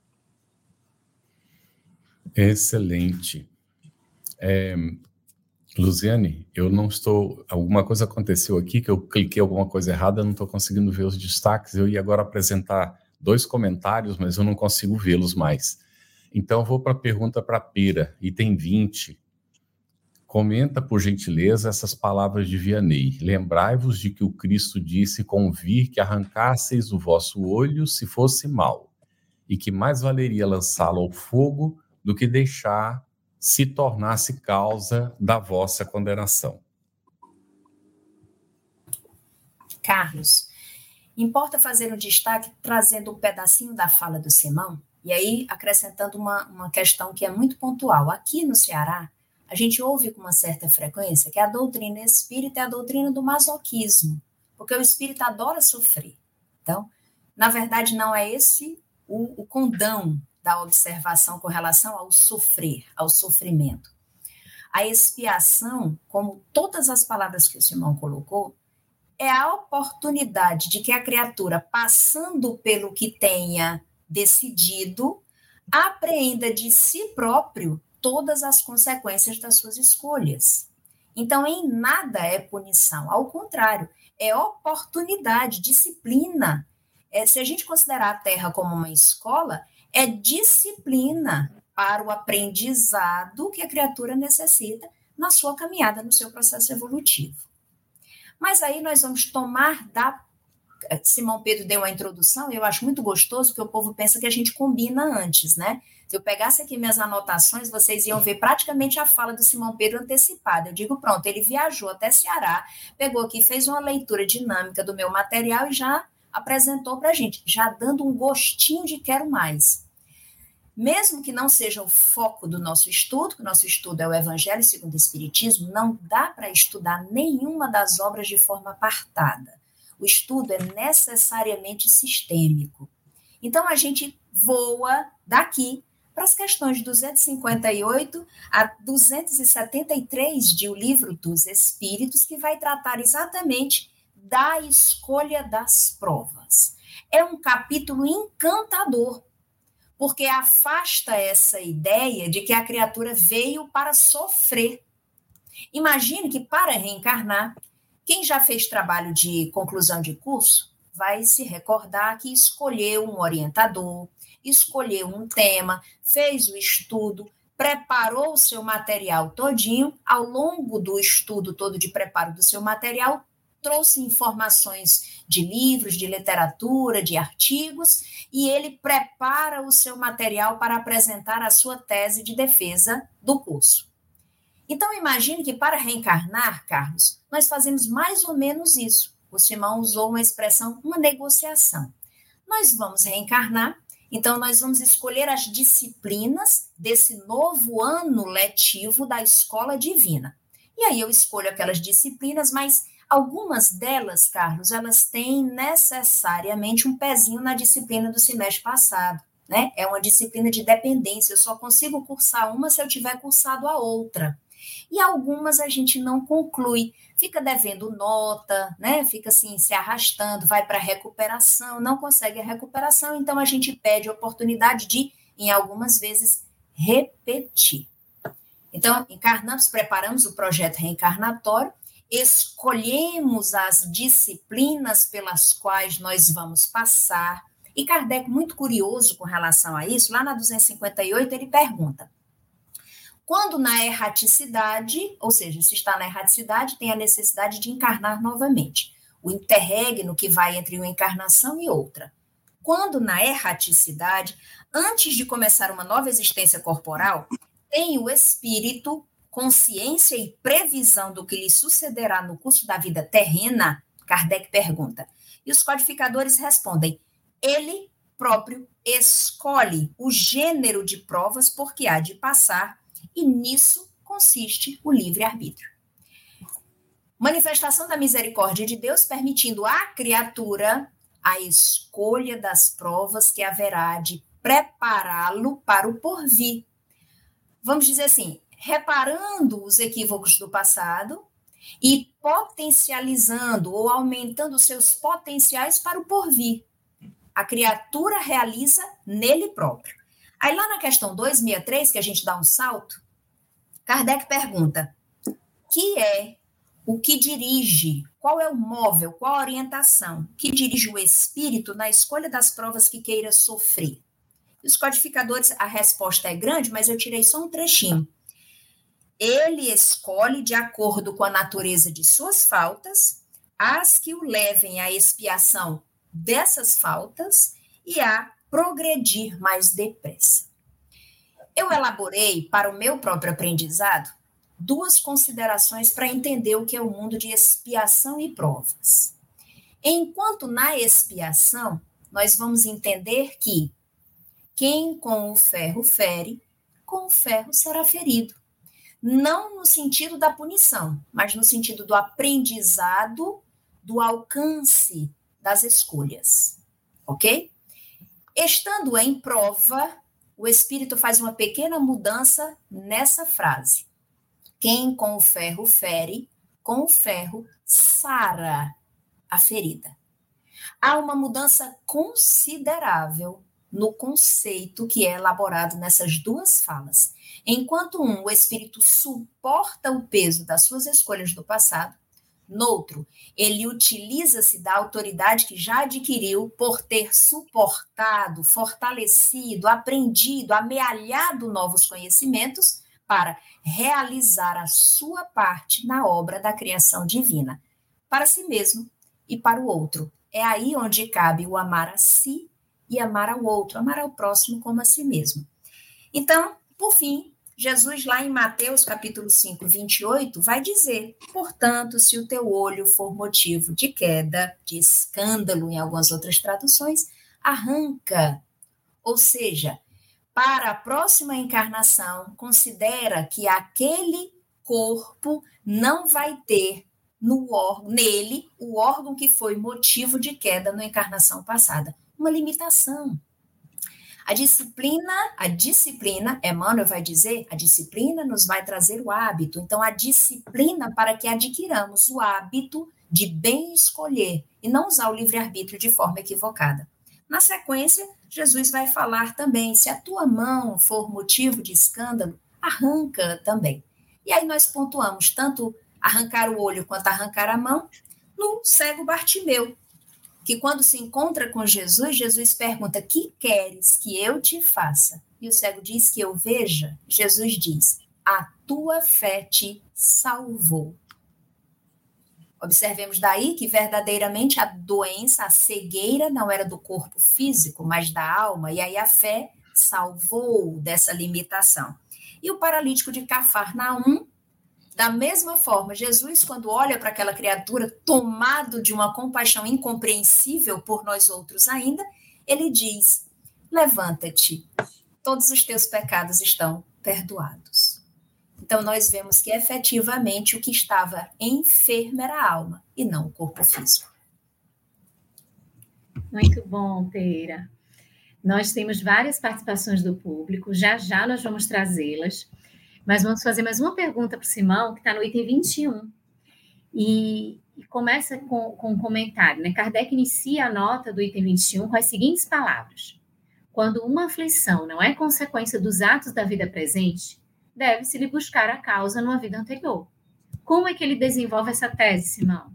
Excelente. Luziane, eu não estou... Alguma coisa aconteceu aqui, que eu cliquei alguma coisa errada, eu não estou conseguindo ver os destaques. Eu ia agora apresentar 2 comentários, mas eu não consigo vê-los mais. Então, eu vou para a pergunta para a Pira, item 20. Comenta, por gentileza, essas palavras de Vianney. Lembrai-vos de que o Cristo disse: convir que arrancasseis o vosso olho se fosse mau, e que mais valeria lançá-lo ao fogo do que deixar se tornasse causa da vossa condenação. Carlos, importa fazer um destaque trazendo um pedacinho da fala do Simão, e aí acrescentando uma questão que é muito pontual. Aqui no Ceará, a gente ouve com uma certa frequência que a doutrina espírita é a doutrina do masoquismo, porque o espírito adora sofrer. Então, na verdade, não é esse o condão da observação com relação ao sofrer, ao sofrimento. A expiação, como todas as palavras que o Simão colocou, é a oportunidade de que a criatura, passando pelo que tenha decidido, apreenda de si próprio todas as consequências das suas escolhas. Então, em nada é punição, ao contrário, é oportunidade, disciplina. Se a gente considerar a Terra como uma escola, é disciplina para o aprendizado que a criatura necessita na sua caminhada, no seu processo evolutivo. Mas aí nós vamos tomar Simão Pedro deu uma introdução, e eu acho muito gostoso, porque o povo pensa que a gente combina antes, né? Se eu pegasse aqui minhas anotações, vocês iam ver praticamente a fala do Simão Pedro antecipada. Eu digo, pronto, ele viajou até Ceará, pegou aqui, fez uma leitura dinâmica do meu material e já apresentou para a gente, já dando um gostinho de quero mais. Mesmo que não seja o foco do nosso estudo, que o nosso estudo é o Evangelho segundo o Espiritismo, não dá para estudar nenhuma das obras de forma apartada. O estudo é necessariamente sistêmico. Então, a gente voa daqui para as questões 258 a 273 de O Livro dos Espíritos, que vai tratar exatamente da escolha das provas. É um capítulo encantador, porque afasta essa ideia de que a criatura veio para sofrer. Imagine que, para reencarnar, quem já fez trabalho de conclusão de curso vai se recordar que escolheu um orientador, escolheu um tema, fez o estudo, preparou o seu material todinho, ao longo do estudo todo de preparo do seu material, trouxe informações de livros, de literatura, de artigos, e ele prepara o seu material para apresentar a sua tese de defesa do curso. Então, imagine que para reencarnar, Carlos, nós fazemos mais ou menos isso. O Simão usou uma expressão, uma negociação. Nós vamos reencarnar, então nós vamos escolher as disciplinas desse novo ano letivo da Escola Divina. E aí eu escolho aquelas disciplinas, mas algumas delas, Carlos, elas têm necessariamente um pezinho na disciplina do semestre passado, né? É uma disciplina de dependência, eu só consigo cursar uma se eu tiver cursado a outra. E algumas a gente não conclui, fica devendo nota, né? Fica assim, se arrastando, vai para a recuperação, não consegue a recuperação, então a gente pede a oportunidade de, em algumas vezes, repetir. Então, encarnamos, preparamos o projeto reencarnatório, escolhemos as disciplinas pelas quais nós vamos passar. E Kardec, muito curioso com relação a isso, lá na 258, ele pergunta: quando na erraticidade, ou seja, se está na erraticidade, tem a necessidade de encarnar novamente. O interregno que vai entre uma encarnação e outra. Quando na erraticidade, antes de começar uma nova existência corporal, tem o espírito consciência e previsão do que lhe sucederá no curso da vida terrena? Kardec pergunta. E os codificadores respondem: ele próprio escolhe o gênero de provas por que há de passar, e nisso consiste o livre-arbítrio. Manifestação da misericórdia de Deus, permitindo à criatura a escolha das provas que haverá de prepará-lo para o porvir. Vamos dizer assim, reparando os equívocos do passado e potencializando ou aumentando seus potenciais para o porvir. A criatura realiza nele próprio. Aí lá na questão 263, que a gente dá um salto, Kardec pergunta: que é o que dirige, qual é o móvel, qual a orientação que dirige o espírito na escolha das provas que queira sofrer? E os codificadores, a resposta é grande, mas eu tirei só um trechinho. Ele escolhe de acordo com a natureza de suas faltas, as que o levem à expiação dessas faltas e a progredir mais depressa. Eu elaborei para o meu próprio aprendizado 2 considerações para entender o que é o mundo de expiação e provas. Enquanto na expiação, nós vamos entender que quem com o ferro fere, com o ferro será ferido. Não no sentido da punição, mas no sentido do aprendizado, do alcance das escolhas. Ok? Estando em prova, o espírito faz uma pequena mudança nessa frase. Quem com o ferro fere, com o ferro sara a ferida. Há uma mudança considerável no conceito que é elaborado nessas 2 falas. Enquanto o espírito suporta o peso das suas escolhas do passado, noutro, ele utiliza-se da autoridade que já adquiriu por ter suportado, fortalecido, aprendido, amealhado novos conhecimentos para realizar a sua parte na obra da criação divina, para si mesmo e para o outro. É aí onde cabe o amar a si e amar ao outro, amar ao próximo como a si mesmo. Então, por fim, Jesus lá em Mateus capítulo 5, 28, vai dizer: portanto, se o teu olho for motivo de queda, de escândalo em algumas outras traduções, arranca. Ou seja, para a próxima encarnação, considera que aquele corpo não vai ter nele o órgão que foi motivo de queda na encarnação passada. Uma limitação. A disciplina, Emmanuel vai dizer, a disciplina nos vai trazer o hábito. Então, a disciplina para que adquiramos o hábito de bem escolher e não usar o livre-arbítrio de forma equivocada. Na sequência, Jesus vai falar também, se a tua mão for motivo de escândalo, arranca também. E aí nós pontuamos tanto arrancar o olho quanto arrancar a mão no cego Bartimeu, que quando se encontra com Jesus, Jesus pergunta: que queres que eu te faça? E o cego diz: que eu veja. Jesus diz: a tua fé te salvou. Observemos daí que verdadeiramente a doença, a cegueira, não era do corpo físico, mas da alma, e aí a fé salvou dessa limitação. E o paralítico de Cafarnaum, da mesma forma, Jesus, quando olha para aquela criatura, tomado de uma compaixão incompreensível por nós outros ainda, ele diz: levanta-te, todos os teus pecados estão perdoados. Então, nós vemos que efetivamente o que estava enfermo era a alma e não o corpo físico. Muito bom, Teira. Nós temos várias participações do público, já já nós vamos trazê-las, mas vamos fazer mais uma pergunta para o Simão, que está no item 21, e começa com um comentário, né? Kardec inicia a nota do item 21 com as seguintes palavras: quando uma aflição não é consequência dos atos da vida presente, deve-se-lhe buscar a causa numa vida anterior. Como é que ele desenvolve essa tese, Simão?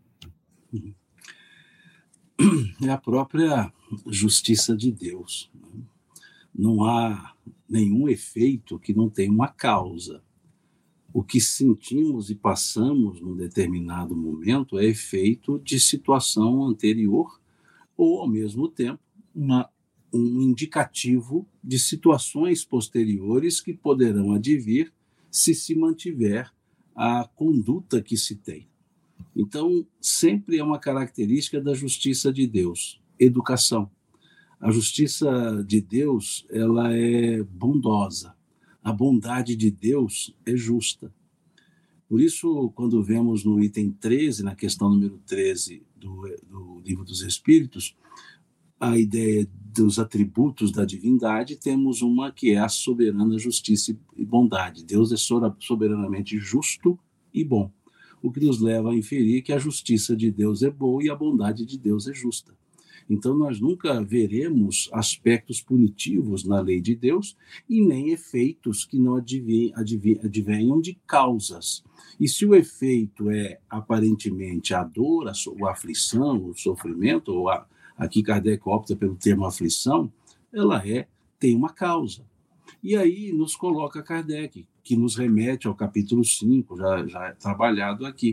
É a própria justiça de Deus. Não há nenhum efeito que não tenha uma causa. O que sentimos e passamos num determinado momento é efeito de situação anterior ou, ao mesmo tempo, um indicativo de situações posteriores que poderão advir se mantiver a conduta que se tem. Então, sempre é uma característica da justiça de Deus, educação. A justiça de Deus, ela é bondosa. A bondade de Deus é justa. Por isso, quando vemos no item 13, na questão número 13 do Livro dos Espíritos, a ideia dos atributos da divindade, temos uma que é a soberana justiça e bondade. Deus é soberanamente justo e bom, o que nos leva a inferir que a justiça de Deus é boa e a bondade de Deus é justa. Então, nós nunca veremos aspectos punitivos na lei de Deus e nem efeitos que não advenham de causas. E se o efeito é, aparentemente, a dor, a aflição, o sofrimento, ou aqui Kardec opta pelo termo aflição, ela tem uma causa. E aí nos coloca Kardec, que nos remete ao capítulo 5, já trabalhado aqui.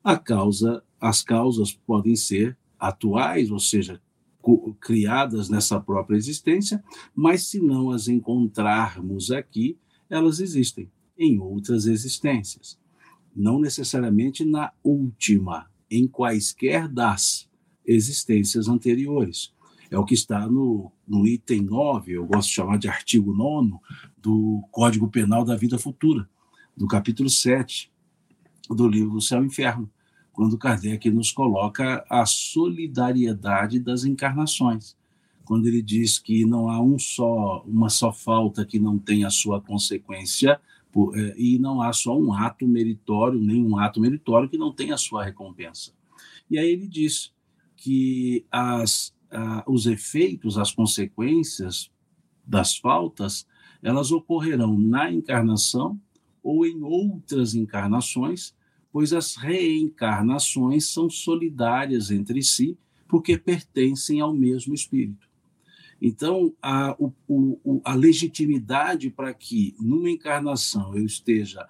As causas podem ser atuais, ou seja, criadas nessa própria existência, mas se não as encontrarmos aqui, elas existem em outras existências. Não necessariamente na última, em quaisquer das existências anteriores. É o que está no item 9, eu gosto de chamar de artigo 9, do Código Penal da Vida Futura, do capítulo 7, do livro do Céu e Inferno, quando Kardec nos coloca a solidariedade das encarnações, quando ele diz que não há uma só falta que não tenha a sua consequência, e não há só um ato meritório, nem um ato meritório que não tenha a sua recompensa. E aí ele diz que os efeitos, as consequências das faltas, elas ocorrerão na encarnação ou em outras encarnações, pois as reencarnações são solidárias entre si, porque pertencem ao mesmo espírito. Então, a legitimidade para que, numa encarnação, eu esteja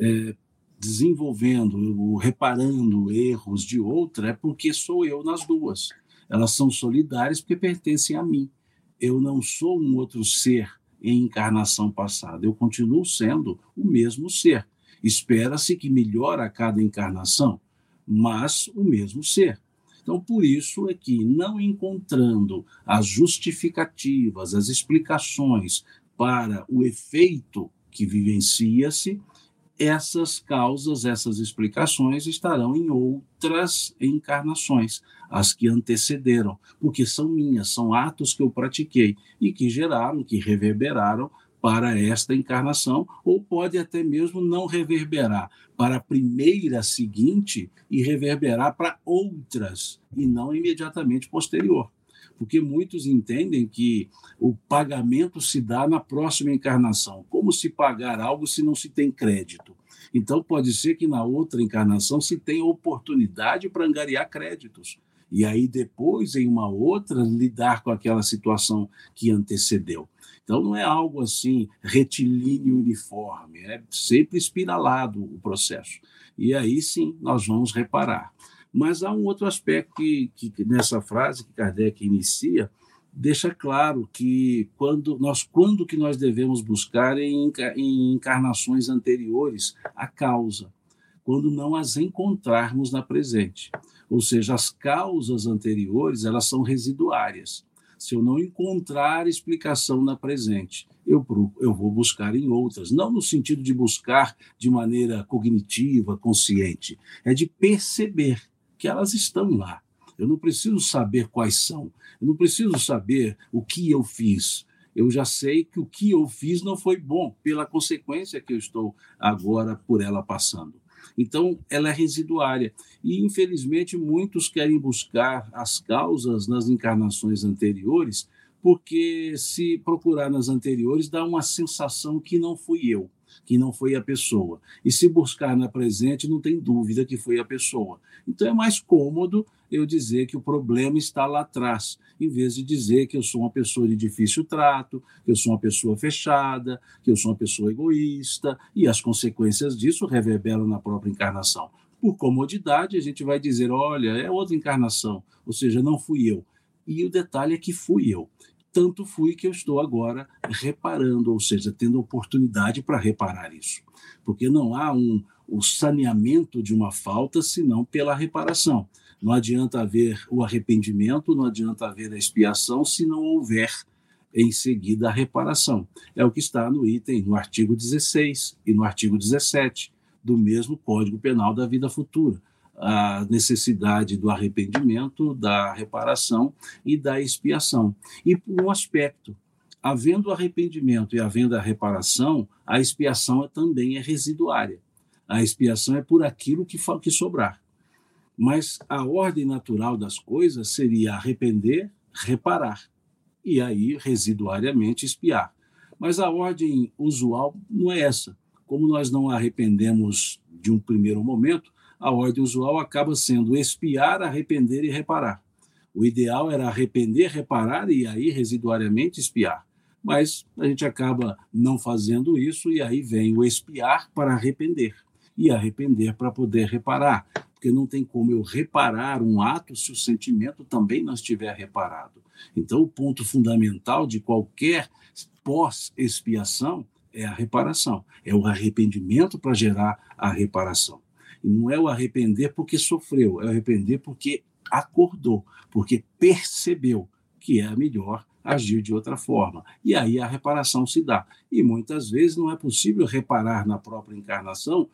desenvolvendo, reparando erros de outra, é porque sou eu nas duas. Elas são solidárias porque pertencem a mim. Eu não sou um outro ser em encarnação passada, eu continuo sendo o mesmo ser. Espera-se que melhore a cada encarnação, mas o mesmo ser. Então, por isso é que, não encontrando as justificativas, as explicações para o efeito que vivencia-se, essas causas, essas explicações estarão em outras encarnações, as que antecederam, porque são minhas, são atos que eu pratiquei e que geraram, que reverberaram para esta encarnação, ou pode até mesmo não reverberar para a primeira seguinte e reverberar para outras, e não imediatamente posterior. Porque muitos entendem que o pagamento se dá na próxima encarnação. Como se pagar algo se não se tem crédito? Então, pode ser que na outra encarnação se tenha oportunidade para angariar créditos. E aí, depois, em uma outra, lidar com aquela situação que antecedeu. Então, não é algo assim retilíneo e uniforme, é sempre espiralado o processo. E aí, sim, nós vamos reparar. Mas há um outro aspecto que nessa frase que Kardec inicia, deixa claro que quando que nós devemos buscar em encarnações anteriores a causa, quando não as encontrarmos na presente. Ou seja, as causas anteriores, elas são residuárias. Se eu não encontrar explicação na presente, eu vou buscar em outras. Não no sentido de buscar de maneira cognitiva, consciente. É de perceber que elas estão lá. Eu não preciso saber quais são. Eu não preciso saber o que eu fiz. Eu já sei que o que eu fiz não foi bom, pela consequência que eu estou agora por ela passando. Então, ela é residuária. E, infelizmente, muitos querem buscar as causas nas encarnações anteriores, porque se procurar nas anteriores, dá uma sensação que não fui eu. que não foi a pessoa. E se buscar na presente, não tem dúvida que foi a pessoa. Então é mais cômodo eu dizer que o problema está lá atrás, em vez de dizer que eu sou uma pessoa de difícil trato, que eu sou uma pessoa fechada, que eu sou uma pessoa egoísta, e as consequências disso reverberam na própria encarnação. Por comodidade, a gente vai dizer, olha, é outra encarnação, ou seja, não fui eu. E o detalhe é que fui eu. Tanto fui que eu estou agora reparando, ou seja, tendo oportunidade para reparar isso. Porque não há o saneamento de uma falta, senão pela reparação. Não adianta haver o arrependimento, não adianta haver a expiação, se não houver em seguida a reparação. É o que está no artigo 16 e no artigo 17 do mesmo Código Penal da Vida Futura. A necessidade do arrependimento, da reparação e da expiação. E por um aspecto, havendo arrependimento e havendo a reparação, a expiação também é residuária. A expiação é por aquilo que sobrar. Mas a ordem natural das coisas seria arrepender, reparar, e aí residuariamente expiar. Mas a ordem usual não é essa. Como nós não arrependemos de um primeiro momento, a ordem usual acaba sendo expiar, arrepender e reparar. O ideal era arrepender, reparar e aí residuariamente expiar. Mas a gente acaba não fazendo isso e aí vem o expiar para arrepender e arrepender para poder reparar. Porque não tem como eu reparar um ato se o sentimento também não estiver reparado. Então, o ponto fundamental de qualquer pós-expiação é a reparação. É o arrependimento para gerar a reparação. E não é o arrepender porque sofreu, é o arrepender porque acordou, porque percebeu que é melhor agir de outra forma. E aí a reparação se dá. E muitas vezes não é possível reparar na própria encarnação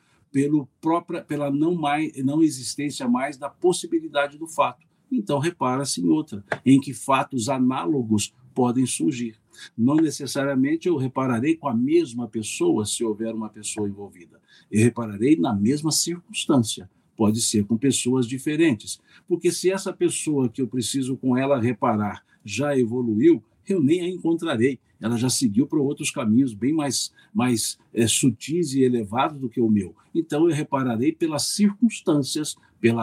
pela não existência mais da possibilidade do fato. Então repara-se em outra, em que fatos análogos podem surgir. Não necessariamente eu repararei com a mesma pessoa se houver uma pessoa envolvida. Eu repararei na mesma circunstância. Pode ser com pessoas diferentes. Porque se essa pessoa que eu preciso com ela reparar já evoluiu, eu nem a encontrarei. Ela já seguiu para outros caminhos bem mais sutis e elevados do que o meu. Então eu repararei pelas circunstâncias,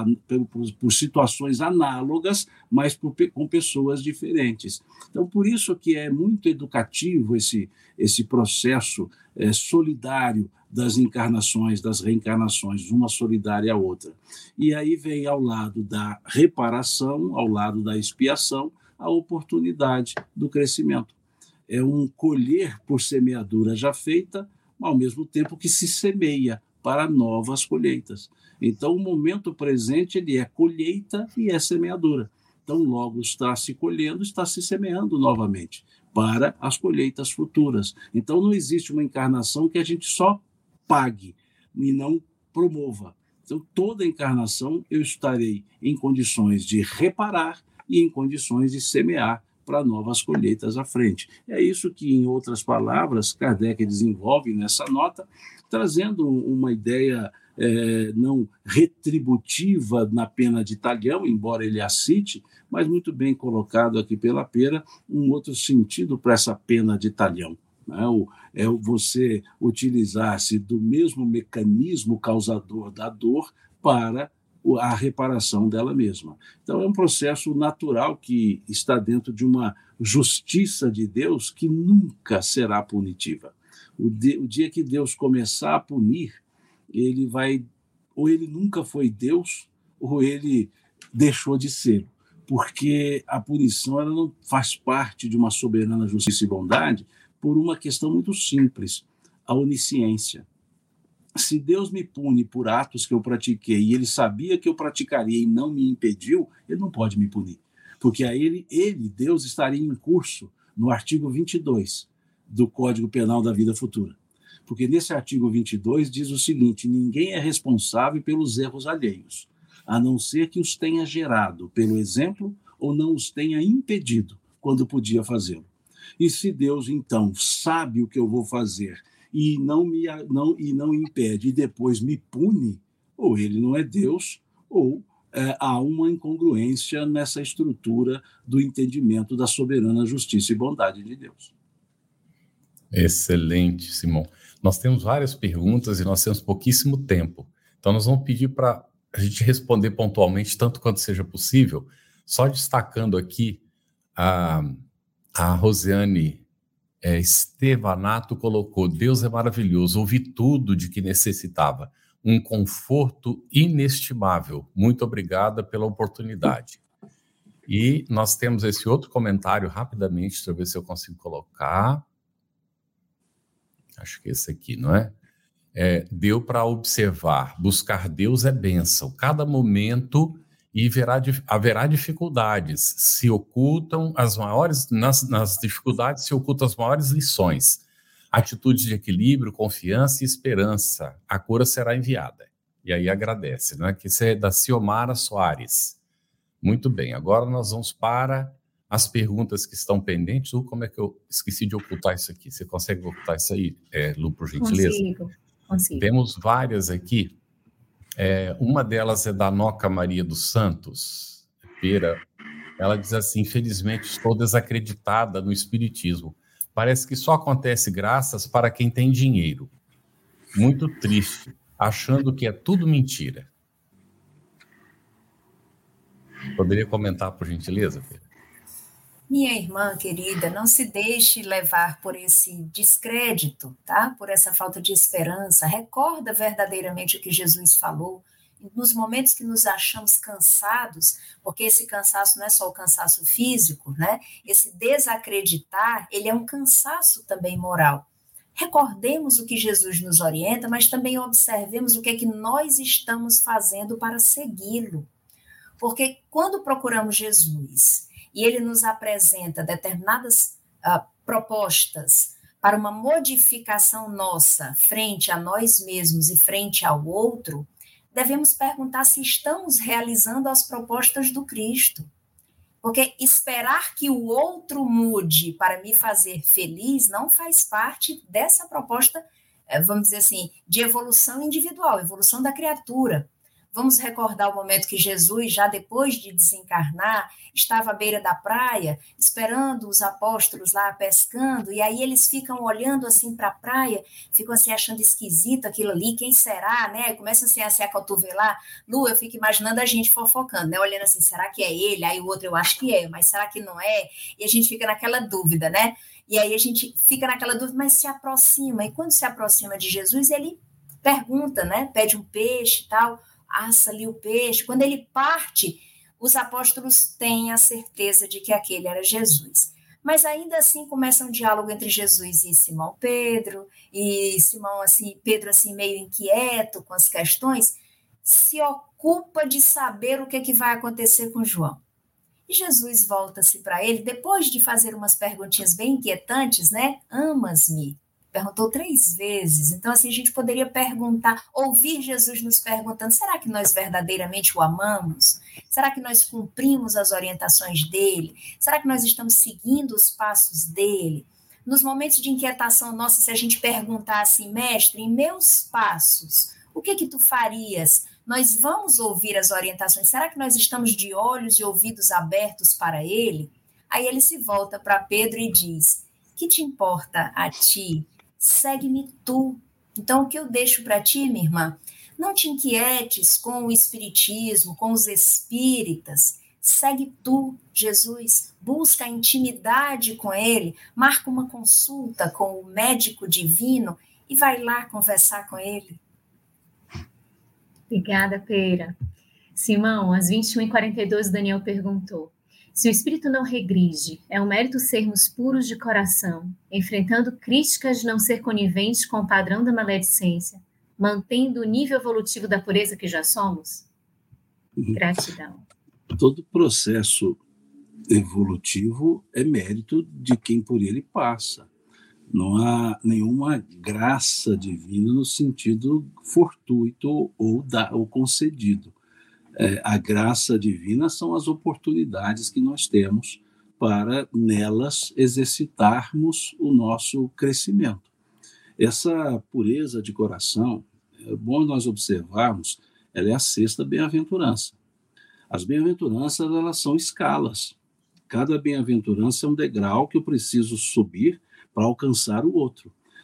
por situações análogas, mas com pessoas diferentes. Então, por isso que é muito educativo esse processo solidário das encarnações, das reencarnações, uma solidária à outra. E aí vem ao lado da reparação, ao lado da expiação, a oportunidade do crescimento. É um colher por semeadura já feita, ao mesmo tempo que se semeia para novas colheitas. Então, o momento presente ele é colheita e é semeadura. Então, logo está se colhendo, está se semeando novamente para as colheitas futuras. Então, não existe uma encarnação que a gente só pague e não promova. Então, toda encarnação eu estarei em condições de reparar e em condições de semear para novas colheitas à frente. É isso que, em outras palavras, Kardec desenvolve nessa nota, trazendo uma ideia não retributiva na pena de talhão, embora ele a cite, mas muito bem colocado aqui pela Pera, um outro sentido para essa pena de talhão. É você utilizar-se do mesmo mecanismo causador da dor para a reparação dela mesma. Então, é um processo natural que está dentro de uma justiça de Deus que nunca será punitiva. O dia que Deus começar a punir, ou ele nunca foi Deus, ou ele deixou de ser. Porque a punição ela não faz parte de uma soberana justiça e bondade por uma questão muito simples, a onisciência. Se Deus me pune por atos que eu pratiquei e ele sabia que eu praticaria e não me impediu, ele não pode me punir. Porque aí Deus, estaria em curso no artigo 22 do Código Penal da Vida Futura. Porque nesse artigo 22 diz o seguinte: ninguém é responsável pelos erros alheios, a não ser que os tenha gerado pelo exemplo ou não os tenha impedido quando podia fazê-lo. E se Deus, então, sabe o que eu vou fazer e não impede e depois me pune, ou ele não é Deus, ou há uma incongruência nessa estrutura do entendimento da soberana justiça e bondade de Deus. Excelente, Simão. Nós temos várias perguntas e nós temos pouquíssimo tempo. Então, nós vamos pedir para a gente responder pontualmente, tanto quanto seja possível, só destacando aqui a Rosiane Estevanato colocou: Deus é maravilhoso, ouvi tudo de que necessitava, um conforto inestimável. Muito obrigada pela oportunidade. E nós temos esse outro comentário rapidamente, deixa eu ver se eu consigo colocar. Acho que esse aqui, não é? Deu para observar, buscar Deus é bênção. Cada momento e haverá dificuldades. Se ocultam as maiores, nas dificuldades se ocultam as maiores lições. Atitude de equilíbrio, confiança e esperança. A cura será enviada. E aí agradece, não é? Que isso é da Ciomara Soares. Muito bem, agora nós vamos para as perguntas que estão pendentes. Lu, como é que eu esqueci de ocultar isso aqui? Você consegue ocultar isso aí, Lu, por gentileza? Consigo. Temos várias aqui. Uma delas é da Noca Maria dos Santos Pera. Ela diz assim: infelizmente estou desacreditada no espiritismo. Parece que só acontece graças para quem tem dinheiro. Muito triste, achando que é tudo mentira. Poderia comentar, por gentileza, Pera? Minha irmã querida, não se deixe levar por esse descrédito, tá? Por essa falta de esperança. Recorda verdadeiramente o que Jesus falou. Nos momentos que nos achamos cansados, porque esse cansaço não é só o cansaço físico, né? Esse desacreditar, ele é um cansaço também moral. Recordemos o que Jesus nos orienta, mas também observemos o que é que nós estamos fazendo para segui-lo. Porque quando procuramos Jesus e ele nos apresenta determinadas propostas para uma modificação nossa frente a nós mesmos e frente ao outro, devemos perguntar se estamos realizando as propostas do Cristo. Porque esperar que o outro mude para me fazer feliz não faz parte dessa proposta, vamos dizer assim, de evolução individual, evolução da criatura. Vamos recordar o momento que Jesus, já depois de desencarnar, estava à beira da praia, esperando os apóstolos lá pescando, e aí eles ficam olhando assim para a praia, ficam assim achando esquisito aquilo ali, quem será, né? Começam assim a se acotovelar. Lu, eu fico imaginando a gente fofocando, né? Olhando assim, será que é ele? Aí o outro, eu acho que é, mas será que não é? E a gente fica naquela dúvida, né? E aí a gente fica naquela dúvida, mas se aproxima, e quando se aproxima de Jesus, ele pergunta, né? Pede um peixe e tal, assa ali o peixe. Quando ele parte, os apóstolos têm a certeza de que aquele era Jesus. Mas ainda assim começa um diálogo entre Jesus e Simão Pedro, e Pedro assim meio inquieto com as questões, se ocupa de saber o que é que vai acontecer com João. E Jesus volta-se para ele, depois de fazer umas perguntinhas bem inquietantes, né? Amas-me? Perguntou 3 vezes. Então, assim, a gente poderia perguntar, ouvir Jesus nos perguntando, será que nós verdadeiramente o amamos? Será que nós cumprimos as orientações dele? Será que nós estamos seguindo os passos dele? Nos momentos de inquietação nossa, se a gente perguntar assim, mestre, em meus passos, o que tu farias? Nós vamos ouvir as orientações. Será que nós estamos de olhos e ouvidos abertos para ele? Aí ele se volta para Pedro e diz, que te importa a ti? Segue-me tu. Então, o que eu deixo para ti, minha irmã, não te inquietes com o espiritismo, com os espíritas. Segue tu, Jesus. Busca a intimidade com ele. Marca uma consulta com o médico divino e vai lá conversar com ele. Obrigada, Pera. Simão, às 21h42, Daniel perguntou, se o espírito não regride, é um mérito sermos puros de coração, enfrentando críticas de não ser coniventes com o padrão da maledicência, mantendo o nível evolutivo da pureza que já somos? Gratidão. Todo processo evolutivo é mérito de quem por ele passa. Não há nenhuma graça divina no sentido fortuito ou concedido. A graça divina são as oportunidades que nós temos para, nelas, exercitarmos o nosso crescimento. Essa pureza de coração, é bom nós observarmos, ela é a 6ª bem-aventurança. As bem-aventuranças, elas são escalas. Cada bem-aventurança é um degrau que eu preciso subir para alcançar o outro.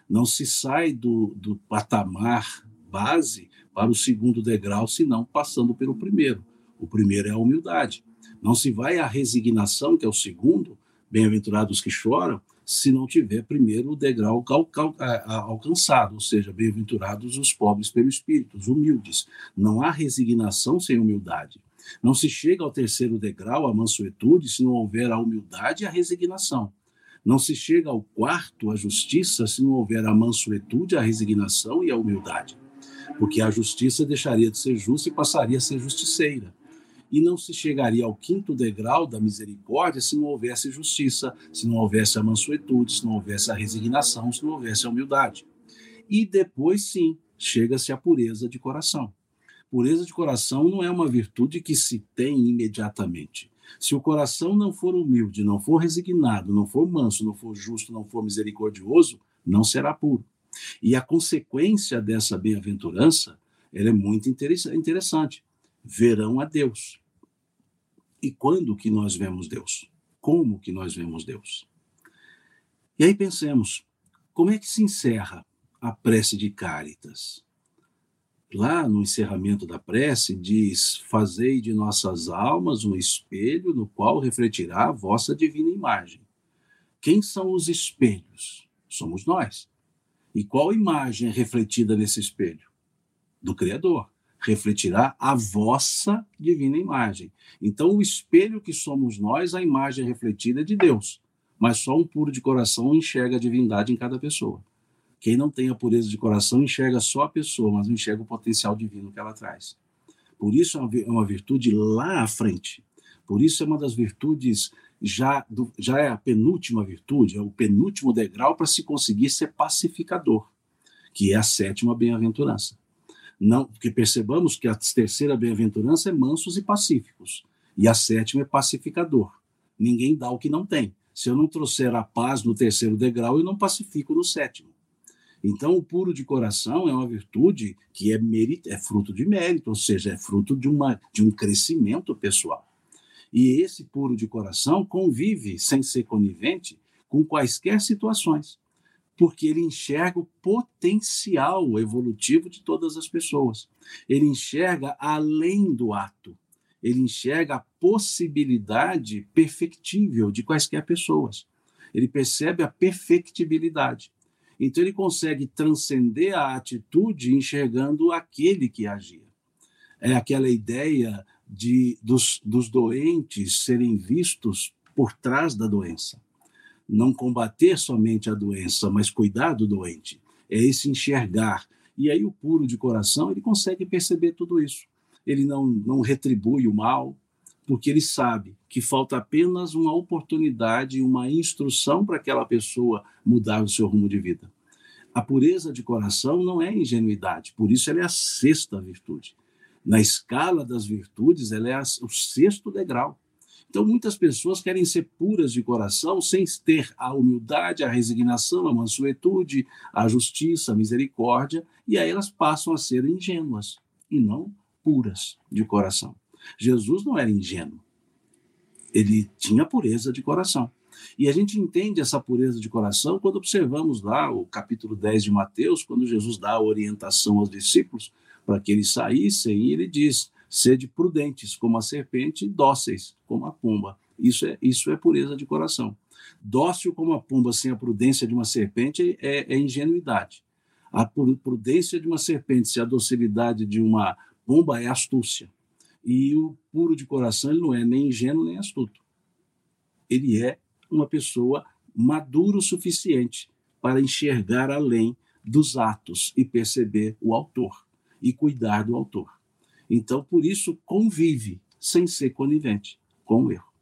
Não se sai do patamar base para o segundo degrau, senão passando pelo primeiro. O primeiro é a humildade. Não se vai à resignação, que é o segundo, bem-aventurados que choram, se não tiver primeiro o degrau alcançado, ou seja, bem-aventurados os pobres pelo espírito, os humildes. Não há resignação sem humildade. Não se chega ao terceiro degrau, a mansuetude, se não houver a humildade e a resignação. Não se chega ao quarto, a justiça, se não houver a mansuetude, a resignação e a humildade. Porque a justiça deixaria de ser justa e passaria a ser justiceira. E não se chegaria ao quinto degrau da misericórdia se não houvesse justiça, se não houvesse a mansuetude, se não houvesse a resignação, se não houvesse a humildade. E depois, sim, chega-se à pureza de coração. Pureza de coração não é uma virtude que se tem imediatamente. Se o coração não for humilde, não for resignado, não for manso, não for justo, não for misericordioso, não será puro. E a consequência dessa bem-aventurança, ela é muito interessante. Verão a Deus. E quando que nós vemos Deus? Como que nós vemos Deus? E aí pensemos, como é que se encerra a prece de Cáritas? Lá no encerramento da prece diz: fazei de nossas almas um espelho no qual refletirá a vossa divina imagem. Quem são os espelhos? Somos nós. E qual imagem é refletida nesse espelho? Do Criador. Refletirá a vossa divina imagem. Então, o espelho que somos nós, a imagem refletida é de Deus. Mas só um puro de coração enxerga a divindade em cada pessoa. Quem não tem a pureza de coração enxerga só a pessoa, mas não enxerga o potencial divino que ela traz. Por isso é uma virtude lá à frente. Por isso é uma das virtudes, já é a penúltima virtude, é o penúltimo degrau para se conseguir ser pacificador, que é a sétima bem-aventurança. Não, porque percebamos que a terceira bem-aventurança é mansos e pacíficos, e a sétima é pacificador. Ninguém dá o que não tem. Se eu não trouxer a paz no terceiro degrau, eu não pacifico no sétimo. Então, o puro de coração é uma virtude que é fruto de mérito, ou seja, é fruto de um crescimento pessoal. E esse puro de coração convive, sem ser conivente, com quaisquer situações, porque ele enxerga o potencial evolutivo de todas as pessoas. Ele enxerga além do ato. Ele enxerga a possibilidade perfectível de quaisquer pessoas. Ele percebe a perfectibilidade. Então, ele consegue transcender a atitude enxergando aquele que agia. É aquela ideia dos doentes serem vistos por trás da doença. Não combater somente a doença, mas cuidar do doente. É esse enxergar. E aí o puro de coração, ele consegue perceber tudo isso. Ele não retribui o mal, porque ele sabe que falta apenas uma oportunidade, uma instrução para aquela pessoa mudar o seu rumo de vida. A pureza de coração não é ingenuidade, por isso ela é a sexta virtude. Na escala das virtudes, ela é o sexto degrau. Então, muitas pessoas querem ser puras de coração sem ter a humildade, a resignação, a mansuetude, a justiça, a misericórdia, e aí elas passam a ser ingênuas e não puras de coração. Jesus não era ingênuo, ele tinha pureza de coração. E a gente entende essa pureza de coração quando observamos lá o capítulo 10 de Mateus, quando Jesus dá a orientação aos discípulos para que eles saíssem, e ele diz: sede prudentes como a serpente e dóceis como a pomba. Isso é pureza de coração. Dócil como a pomba sem a prudência de uma serpente é ingenuidade. A prudência de uma serpente sem a docilidade de uma pomba é astúcia. E o puro de coração ele não é nem ingênuo nem astuto. Ele é uma pessoa madura o suficiente para enxergar além dos atos e perceber o autor e cuidar do autor. Então, por isso, convive, sem ser conivente, com o erro.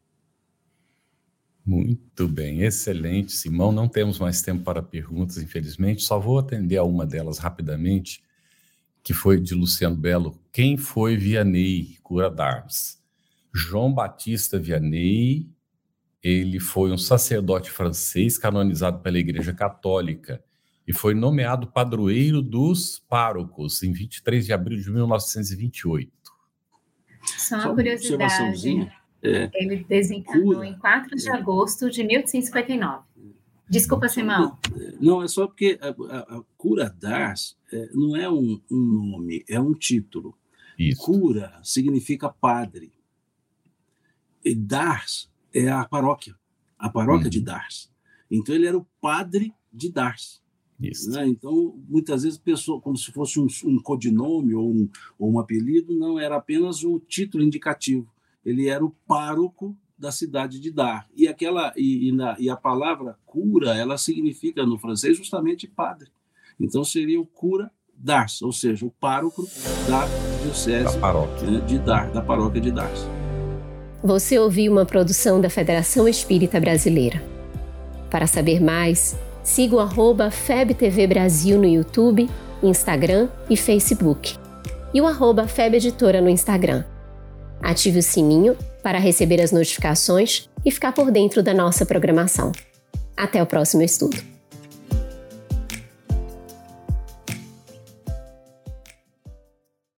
Muito bem, excelente, Simão. Não temos mais tempo para perguntas, infelizmente. Só vou atender a uma delas rapidamente, que foi de Luciano Belo. Quem foi Vianney, cura d'Ars? João Batista Vianney, ele foi um sacerdote francês canonizado pela Igreja Católica e foi nomeado padroeiro dos párocos em 23 de abril de 1928. Só uma curiosidade, ele desencarnou em 4 de agosto de 1859. Desculpa, Simão. Não, é só porque a cura Dars não é um nome, é um título. Isso. Cura significa padre. E Dars é a paróquia de Dars. Então, ele era o padre de Dars. Isso. Né? Então, muitas vezes, pessoa, como se fosse um codinome ou um apelido, não era apenas o título indicativo. Ele era o pároco da cidade de Dar. E a palavra cura, ela significa no francês justamente padre. Então, seria o cura Dars, ou seja, o pároco da diocese de Dar, da paróquia de Dars. Você ouviu uma produção da Federação Espírita Brasileira. Para saber mais, siga o @FebTV Brasil no YouTube, Instagram e Facebook. E o @FebEditora no Instagram. Ative o sininho para receber as notificações e ficar por dentro da nossa programação. Até o próximo estudo.